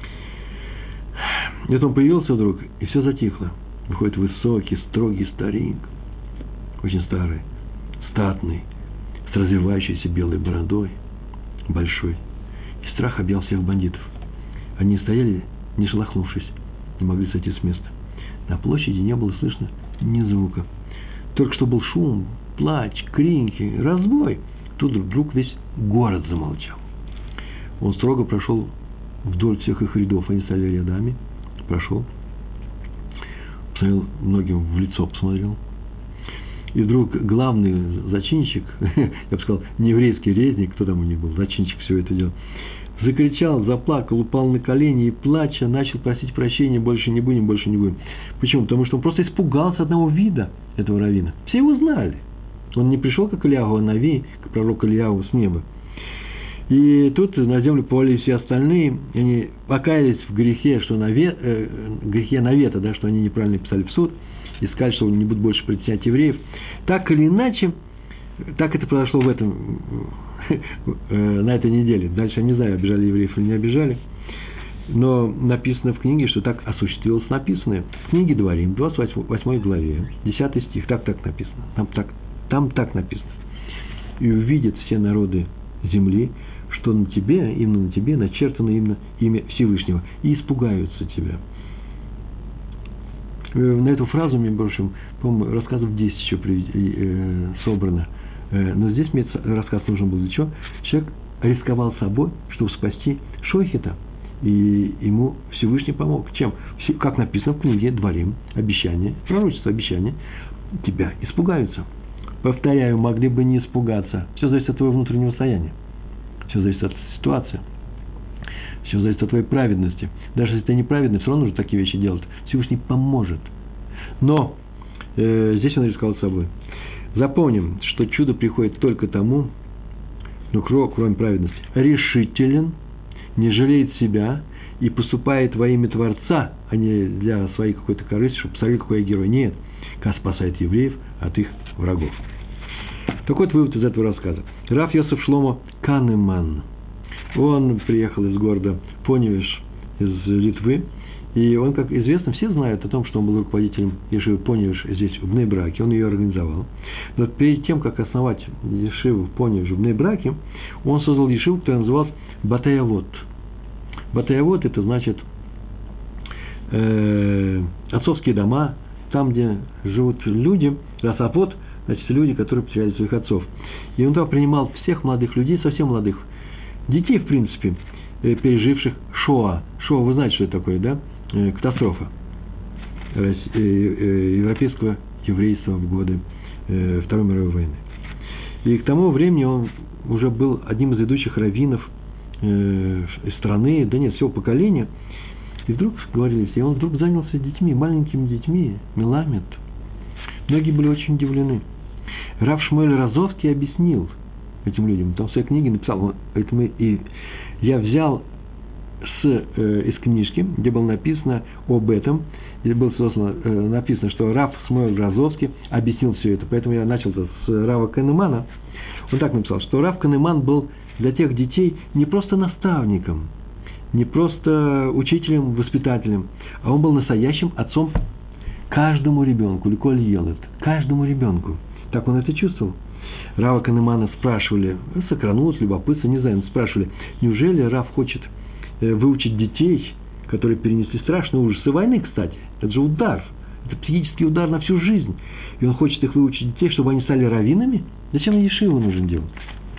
И вот он появился вдруг, и все затихло. Выходит высокий, строгий старик, очень старый, статный, с развивающейся белой бородой, большой. И страх объял всех бандитов. Они стояли, не шелохнувшись, не могли сойти с места. На площади не было слышно ни звука. Только что был шум, плач, крики, разбой. Тут вдруг весь город замолчал. Он строго прошел вдоль всех их рядов. Они стояли рядами. Прошел. Посмотрел, многим в лицо посмотрел. И вдруг главный зачинщик, я бы сказал, не еврейский резник, кто там у них был, зачинщик все это делал, закричал, заплакал, упал на колени и, плача, начал просить прощения, больше не будем, больше не будем. Почему? Потому что он просто испугался одного вида этого раввина. Все его знали. Он не пришел, как Ильяху Анави, к пророку Ильяху с неба. И тут на землю повалились все остальные, они покаялись в грехе, грехе навета, да, что они неправильно писали в суд, и сказали, что не будут больше притеснять евреев. Так или иначе, так это произошло на этой неделе. Дальше я не знаю, обижали евреев или не обижали. Но написано в книге, что так осуществилось написанное. В книге Дворим, 28 главе, 10 стих, так написано. Там так написано. И увидят все народы земли, что именно на тебе начертано именно имя Всевышнего, и испугаются тебя. На эту фразу, между прочим, по-моему, рассказов 10 еще собрано. Но здесь мне рассказ нужен был для чего? Человек рисковал собой, чтобы спасти Шохита, и ему Всевышний помог. Чем? Как написано в книге Дворим, обещание, пророчество, обещание, тебя испугаются. Повторяю, могли бы не испугаться. Все зависит от твоего внутреннего состояния. Все зависит от ситуации. Все зависит от твоей праведности. Даже если ты неправедный, все равно нужно такие вещи делать. Всевышний поможет. Но здесь он рисковал собой. Запомним, что чудо приходит только тому, кроме праведности, решителен, не жалеет себя и поступает во имя Творца, а не для своей какой-то корысти, чтобы посмотреть, какой я герой. Нет, как спасает евреев от их врагов. Такой вот вывод из этого рассказа. Рав Йосеф Шломо Канеман. Он приехал из города Поневиш, из Литвы. И он, как известно, все знают о том, что он был руководителем Ешивы Поневиш здесь, в Бней-Браке. Он ее организовал. Но перед тем, как основать Ешиву Поневиш в Бней-Браке, он создал Ешиву, которая называлась Батей-Авот. Батей-Авот – это значит отцовские дома, там, где живут люди, Расапот, значит, люди, которые потеряли своих отцов. И он там принимал всех молодых людей, совсем молодых, детей, в принципе, переживших Шоа. Шоа, вы знаете, что это такое, да? Катастрофа европейского еврейства в годы Второй мировой войны. И к тому времени он уже был одним из ведущих раввинов из страны, да нет, всего поколения. И вдруг, говорилось, и он вдруг занялся детьми, маленькими детьми, меламед. Многие были очень удивлены. Рав Шмуэль Розовский объяснил этим людям, там в своей книге написал, поэтому и я взял из книжки, где было написано об этом, где было написано, что Рав Шмуэль Розовский объяснил все это, поэтому я начал с Рава Канемана. Он так написал, что Рав Канеман был для тех детей не просто наставником, не просто учителем, воспитателем, а он был настоящим отцом каждому ребенку, ликоль елет, каждому ребенку. Так он это чувствовал. Рава Канемана спрашивали, сохранулось любопытство, не знаю, спрашивали, неужели Рав хочет выучить детей, которые перенесли страшные ужасы войны, кстати. Это же удар, это психический удар на всю жизнь. И он хочет их выучить детей, чтобы они стали раввинами? Зачем ешиву нужен делать?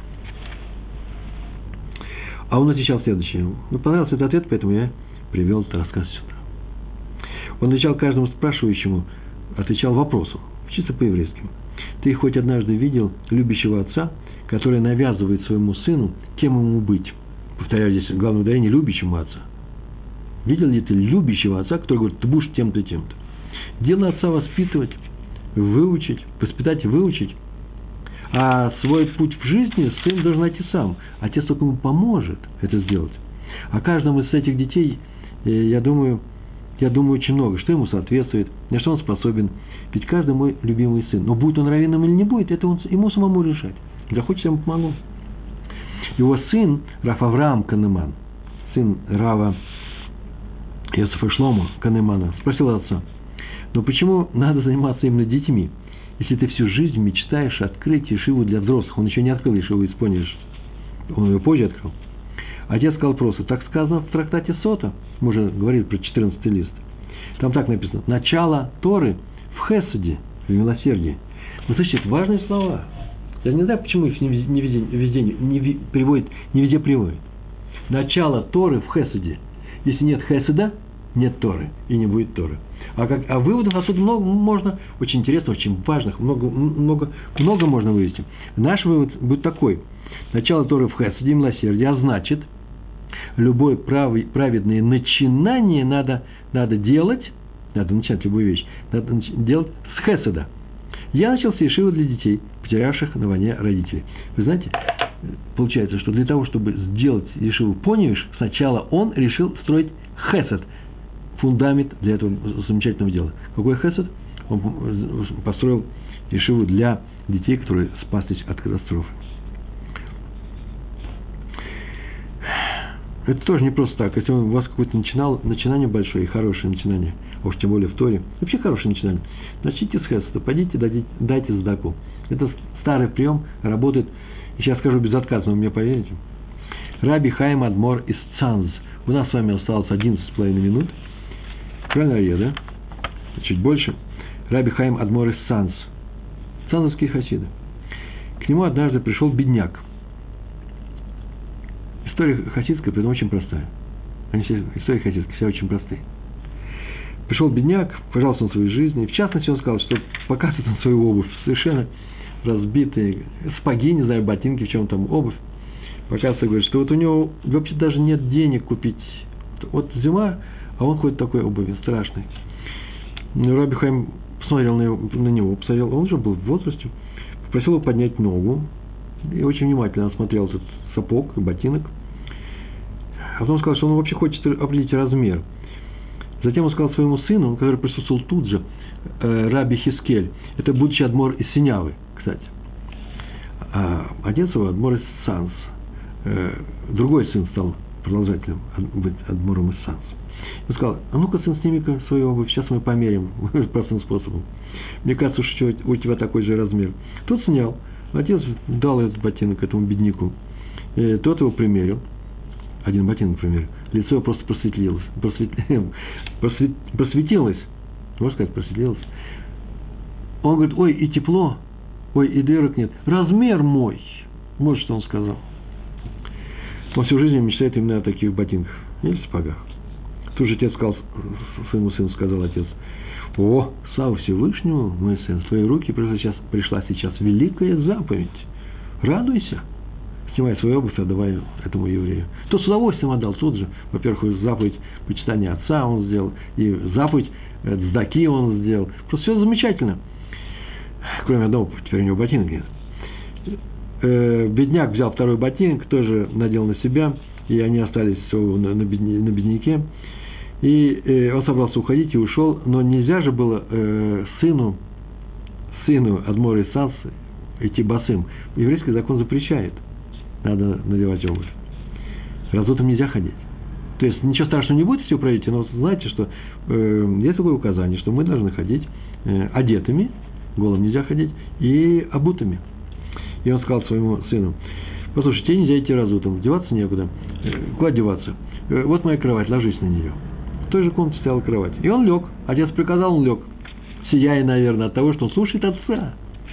А он отвечал следующее. Мне понравился этот ответ, поэтому я привел этот рассказ сюда. Он отвечал каждому спрашивающему, отвечал вопросом, чисто по-еврейски. Ты хоть однажды видел любящего отца, который навязывает своему сыну, кем ему быть? Повторяю здесь главное ударение, любящему отца. Видел ли ты любящего отца, который говорит, ты будешь тем-то и тем-то? Дело отца воспитывать, выучить, воспитать и выучить. А свой путь в жизни сын должен найти сам. Отец только ему поможет это сделать. А каждому из этих детей, я думаю, очень много, что ему соответствует, на что он способен. Ведь каждый мой любимый сын. Но будет он раввином или не будет, это ему самому решать. Захочет, я ему помогу. Его сын, Рав Авраам Канеман, сын Рава Йосефа Шломо Канемана, спросил отца, но почему надо заниматься именно детьми, если ты всю жизнь мечтаешь открыть ешиву для взрослых? Он еще не открыл ешиву из Понеж, он ее позже открыл. Отец сказал просто, так сказано в трактате Сота, мы уже говорили про 14 лист, там так написано, начало Торы в хесаде, в милосердии. Вы слышите, это важные слова. Я не знаю, почему их не везде приводят. Начало Торы в хесаде. Если нет хеседа, нет Торы, и не будет Торы. А выводов отсюда много можно, очень интересно, очень важных, много можно вывести. Наш вывод будет такой. Начало Торы в хеседе, милосердие, а значит, любое праведное начинание надо делать, надо начинать любую вещь, надо делать с хеседа. Я начал с ешивы для детей, потерявших на войне родителей. Вы знаете, получается, что для того, чтобы сделать ешиву Поневиш, сначала он решил строить хесед, фундамент для этого замечательного дела. Какой хесед? Он построил ешиву для детей, которые спаслись от катастрофы. Это тоже не просто так. Если у вас какое-то начинание большое и хорошее начинание, а уж тем более в Торе, вообще хорошее начинание, начните с хеседа, пойдите, дайте сдаку. Это старый прием, работает, и сейчас скажу безотказно, вы мне поверите. Раби Хаим Адмор из Цанз. У нас с вами осталось 11,5 минут. Правильно я, да? Чуть больше. Раби Хаим Адмор из Цанз. Цанзовские хасиды. К нему однажды пришел бедняк. История хасидская, при этом очень простая. История хасидская, все очень простые. Пришел бедняк, пожаловался на свою жизнь. И в частности, он сказал, что показывает он свою обувь. Совершенно разбитые сапоги, не знаю, ботинки, в чем там обувь. Показывает, говорит, что вот у него вообще даже нет денег купить. Вот зима, а он ходит в такой обуви страшной. Раби Хаим посмотрел на него, посмотрел, он уже был в возрасте, попросил его поднять ногу. И очень внимательно осмотрел этот сапог и ботинок. А потом сказал, что он вообще хочет определить размер. Затем он сказал своему сыну, который присутствовал тут же, Раби Хискель, это будущий адмор из Синявы, кстати. А отец его адмор из Санс. Другой сын стал продолжателем, быть адмором из Санс. Он сказал, а ну-ка, сын, сними-ка свою обувь, сейчас мы померим простым способом. Мне кажется, что у тебя такой же размер. Тот снял. Отец дал этот ботинок этому бедняку. Тот его примерил. Один ботинок примерил. Лицо его просто просветлилось. Просветилось. Можно сказать, просветлилось. Он говорит, ой, и тепло, ой, и дырок нет. Размер мой. Вот что он сказал. Он всю жизнь мечтает именно о таких ботинках. Или сапогах. Тут же отец сказал, своему сыну сказал отец, О, слава Всевышнему, мой сын, в твои руки пришла сейчас великая заповедь. Радуйся. Снимай свою обувь, отдавай этому еврею. Тот с удовольствием отдал тут же. Во-первых, заповедь почитания отца он сделал, и заповедь цдаки он сделал. Просто все замечательно. Кроме одного, теперь у него ботинок нет. Бедняк взял второй ботинок, тоже надел на себя, и они остались на бедняке. И он собрался уходить и ушел, но нельзя же было сыну Адмора из Санс идти босым. Еврейский закон запрещает. Надо надевать обувь. Разутым нельзя ходить. То есть ничего страшного не будет, если вы пройдете, но знаете, что есть такое указание, что мы должны ходить одетыми, голым нельзя ходить, и обутыми. И он сказал своему сыну: послушай, тебе нельзя идти разутым, деваться некуда. Куда деваться? Вот моя кровать, ложись на нее. В той же комнате стояла кровать. И он лег. Отец приказал, он лег. Сияя, наверное, от того, что он слушает отца.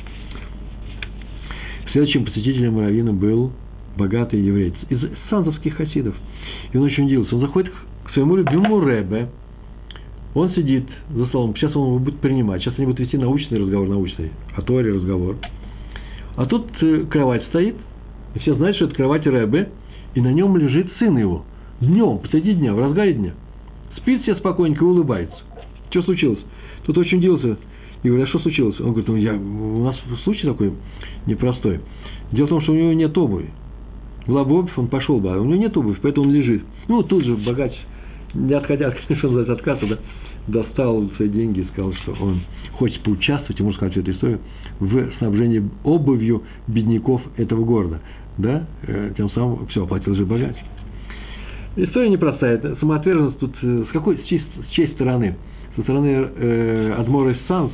Следующим посетителем раввина был богатый еврей из санзовских хасидов. И он очень удивился. Он заходит к своему любимому ребе. Он сидит за столом. Сейчас он его будет принимать. Сейчас они будут вести научный разговор, о Торе разговор. А тут кровать стоит. И все знают, что это кровать ребе. И на нем лежит сын его. Днем, посреди дня, в разгаре дня. Спит себе спокойненько и улыбается. Что случилось? Тот очень удивился. И говорит: а что случилось? Он говорит: у нас случай такой непростой. Дело в том, что у него нет обуви. Была бы обувь, он пошел бы, а у него нет обуви, поэтому он лежит. Ну, тут же богач, не отходя, конечно, от отказа, да, достал свои деньги и сказал, что он хочет поучаствовать, и можно сказать, всю эту историю, в снабжении обувью бедняков этого города. Да? Тем самым все оплатил же богач. История непростая. Самоотверженность тут с чьей стороны? Со стороны Адмора из Санс.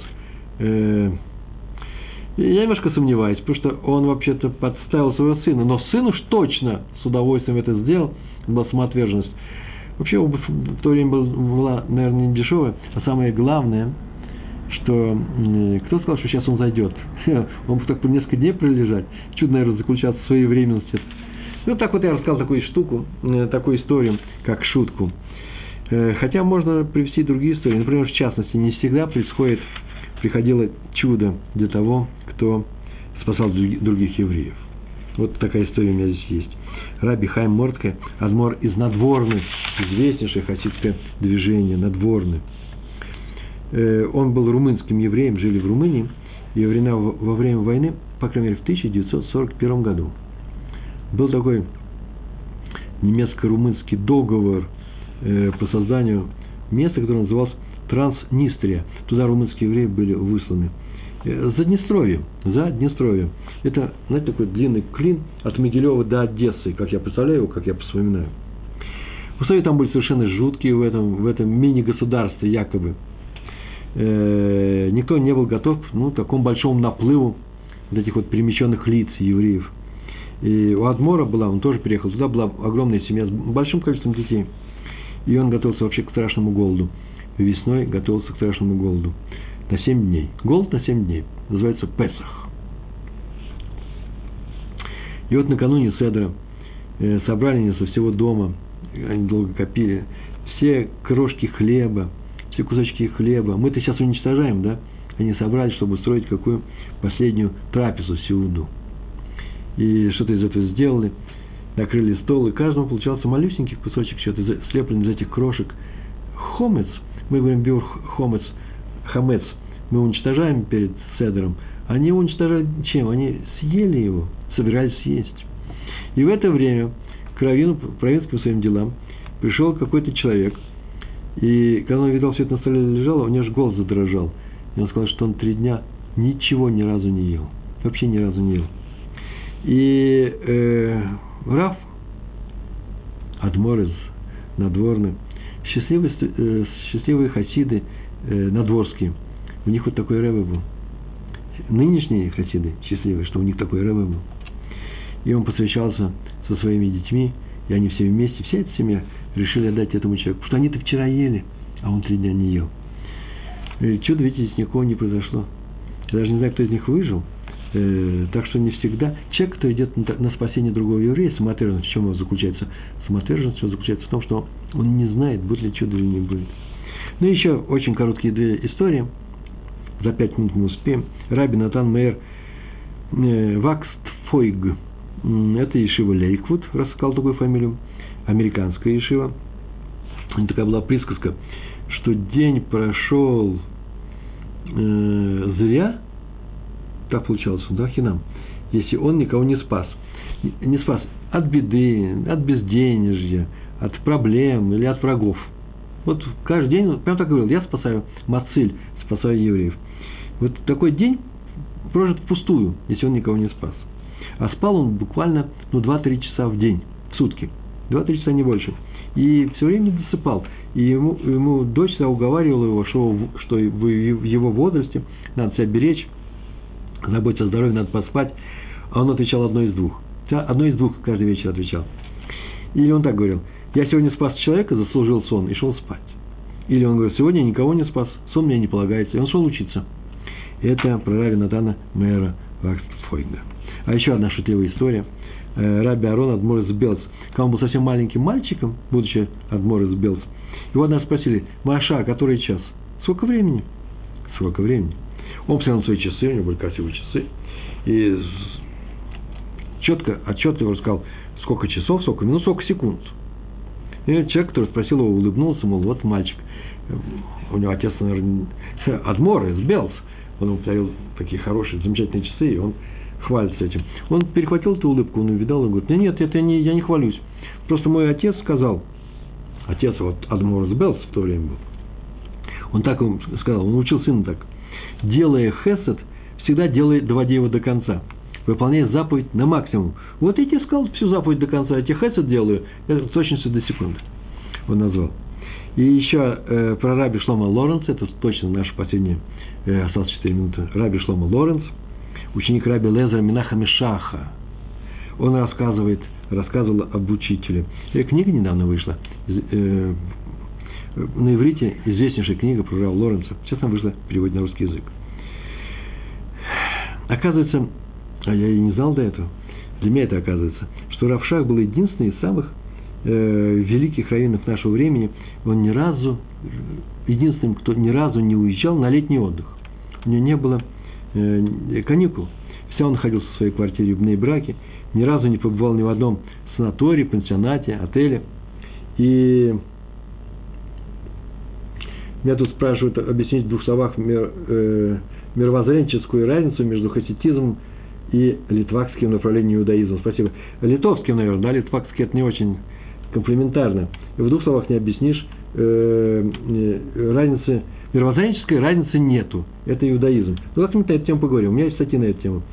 Я немножко сомневаюсь, потому что он вообще-то подставил своего сына. Но сын уж точно с удовольствием это сделал. Это была самоотверженность. Вообще обувь в то время была, наверное, не дешевая. А самое главное, что кто сказал, что сейчас он зайдет? Он бы так несколько дней пролежать. Чудо, наверное, заключаться в своей временности. Ну, так вот я рассказал такую историю, как шутку. Хотя можно привести другие истории. Например, в частности, не всегда приходило чудо для того, кто спасал других евреев. Вот такая история у меня здесь есть. Раби Хаим Мортке, адмор из Надворны, известнейшее хасидское движение, Надворны. Он был румынским евреем, жили в Румынии, и во время войны, по крайней мере, в 1941 году. Был такой немецко-румынский договор по созданию места, которое называлось Транснистрия. Туда румынские евреи были высланы. Заднестровье. Это, знаете, такой длинный клин от Могилева до Одессы, как я представляю его, как я вспоминаю. Условия там были совершенно жуткие в этом мини-государстве, якобы. Никто не был готов к такому большому наплыву вот этих вот перемещенных лиц, евреев. И у Адмора он тоже переехал, туда была огромная семья с большим количеством детей. И он готовился вообще к страшному голоду. Весной готовился к страшному голоду. На 7 дней. Голод на 7 дней. Называется Песах. И вот накануне Седра собрали они со всего дома, они долго копили, все крошки хлеба, все кусочки хлеба. Мы-то сейчас уничтожаем, да? Они собрали, чтобы устроить какую последнюю трапезу, сеуду. И что-то из этого сделали, накрыли стол, и каждому получался малюсенький кусочек, что-то слеплен из этих крошек. Хомец, мы говорим бюр хомец, хамец, мы уничтожаем перед седером. Они уничтожали чем? Они съели его, собирались съесть. И в это время к раввину, провинским своим делам, пришел какой-то человек, и когда он видел, все это на столе лежало, у него аж голос задрожал. И он сказал, что он 3 дня ничего ни разу не ел. Вообще ни разу не ел. И Рав, адмор из Надворны, счастливые хасиды надворские, у них вот такой рэбе был. Нынешние хасиды счастливые, что у них такой рэбе был. И он посвящался со своими детьми, и они все вместе, вся эта семья решили отдать этому человеку, потому что они-то вчера ели, а он 3 дня не ел. И чудо, видите, здесь никого не произошло. Я даже не знаю, кто из них выжил. Так что не всегда человек, кто идет на спасение другого еврея, самоотверженность, в чем заключается? Самоотверженность заключается в том, что он не знает, будет ли чудо или не будет. Ну и еще очень короткие две истории. За 5 минут мы успеем. Раби Натан Меир Вакстфойг. Это Ешива Лейквуд, раз сказал такую фамилию. Американская Ешива. Такая была присказка, что день прошел зря, так получалось, да, хинам, если он никого не спас. Не спас от беды, от безденежья, от проблем или от врагов. Вот каждый день, прям так говорил, я спасаю Мациль, спасаю евреев. Вот такой день прожит впустую, если он никого не спас. А спал он буквально 2-3 часа в день, в сутки. 2-3 часа, не больше. И все время не досыпал. И ему дочь всегда уговаривала его, что в его возрасте надо себя беречь, заботиться о здоровье, надо поспать. А он отвечал одно из двух. Одно из двух каждый вечер отвечал. Или он так говорил: я сегодня спас человека, заслужил сон и шел спать. Или он говорит: сегодня я никого не спас, сон мне не полагается. И он шел учиться. Это про раби Натана Меира Вакстфойга. А еще одна шутливая история. Раби Аарон Адмор из Белц. Когда он был совсем маленьким мальчиком, будучи Адмор из Белц, его однажды спросили: Маша, который час? Сколько времени? Сколько времени? Он посмотрел на свои часы, у него были красивые часы, и отчетливо рассказал, сколько часов, сколько минут, сколько секунд. И человек, который спросил его, улыбнулся, мол, вот мальчик. У него отец, наверное, Адмор из Белц. Он ему подарил такие хорошие, замечательные часы, и он хвалится этим. Он перехватил эту улыбку, он увидал и говорит: нет, это я не хвалюсь. Просто мой отец сказал, отец вот Адмор из Белц в то время был, он так ему сказал, он учил сына так: делая хесед, всегда доводи его до конца. Выполняя заповедь на максимум. Вот я тебе сказал всю заповедь до конца, я тебе хесед делаю, это в точности до секунды. Он назвал. И еще про раби Шломо Лоренц, это точно наша последняя, осталось 4 минуты. Раби Шломо Лоренц, ученик раби Лезера Менахема Шаха. Он рассказывал об учителе. Книга недавно вышла. На иврите известнейшая книга про раба Лоренца. Сейчас она вышла в переводе на русский язык. Оказывается, а я и не знал до этого, для меня это оказывается, что Рав Шах был единственный из самых великих раввинов нашего времени. Он единственным, кто ни разу не уезжал на летний отдых. У него не было каникул. Все он ходил в своей квартире в Бней-Браке, ни разу не побывал ни в одном санатории, пансионате, отеле. И меня тут спрашивают объяснить в 2 словах мировоззренческую разницу между хасидизмом и литвакским направлением иудаизма. Спасибо. Литовским, наверное, да, литвакский это не очень комплементарно. И в 2 словах не объяснишь, разницы, мировоззренческой разницы нету. Это иудаизм. Ну, как-нибудь на эту тему поговорим. У меня есть статьи на эту тему.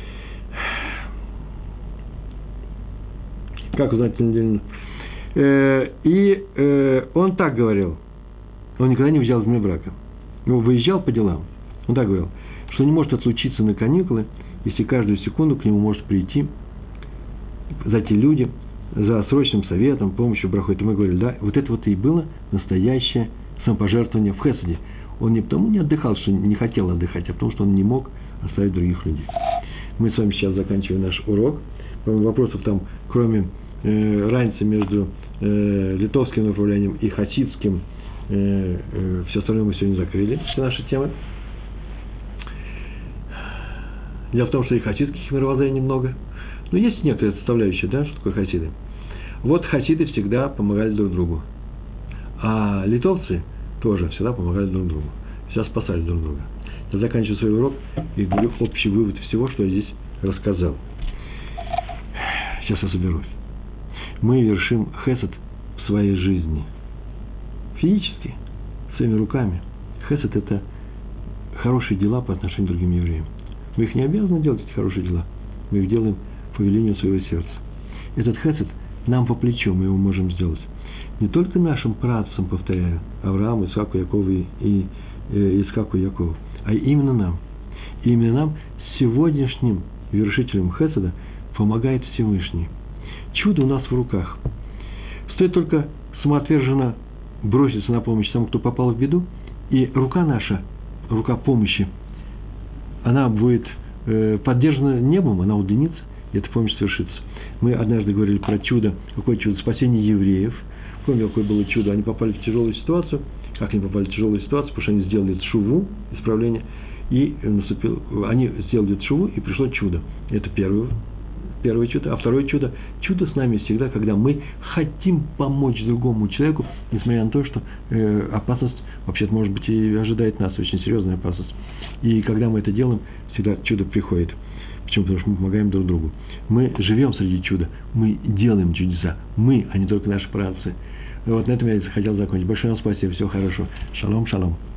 Как узнать недельную? И он так говорил. Он никогда не уезжал из Бней-Брака. Он выезжал по делам. Он так говорил, что не может отлучиться на каникулы, если каждую секунду к нему может прийти зайти люди за срочным советом, помощью, брахой. И мы говорили, да, вот это вот и было настоящее самопожертвование в хеседе. Он не потому не отдыхал, что не хотел отдыхать, а потому что он не мог оставить других людей. Мы с вами сейчас заканчиваем наш урок. Вопросов там, кроме разницы между литовским направлением и хасидским, все остальное мы сегодня закрыли, все наши темы. Дело в том, что и хасидских мировоззрений много. Но есть некоторые составляющие, да, что такое хасиды. Вот хасиды всегда помогали друг другу. А литовцы тоже всегда помогали друг другу. Всегда спасали друг друга. Я заканчиваю свой урок и говорю общий вывод всего, что я здесь рассказал. Сейчас я соберусь. Мы вершим хесед в своей жизни. Физически, своими руками. Хесед – это хорошие дела по отношению к другим евреям. Мы их не обязаны делать, эти хорошие дела. Мы их делаем по велению своего сердца. Этот хесед нам по плечу, мы его можем сделать. Не только нашим працам, повторяю, Аврааму, Исааку, Якову и Ицхаку и Якову, а именно нам. И именно нам, сегодняшним вершителям хеседа, помогает Всевышний. Чудо у нас в руках. Стоит только самоотверженно броситься на помощь тому, кто попал в беду, и рука наша, рука помощи, она будет поддержана небом, она удлинится, и эта помощь совершится. Мы однажды говорили про чудо, какое чудо, спасение евреев. Помните, какое было чудо? Они попали в тяжелую ситуацию, как они попали в тяжелую ситуацию, потому что они сделали тшуву, исправление, и они сделали тшуву, и пришло чудо. Это первое чудо. А второе чудо – чудо с нами всегда, когда мы хотим помочь другому человеку, несмотря на то, что опасность, вообще-то, может быть, и ожидает нас, очень серьезная опасность. И когда мы это делаем, всегда чудо приходит. Почему? Потому что мы помогаем друг другу. Мы живем среди чуда, мы делаем чудеса. Мы, а не только наши праотцы. Вот на этом я хотел закончить. Большое вам спасибо, всего хорошего. Шалом, шалом.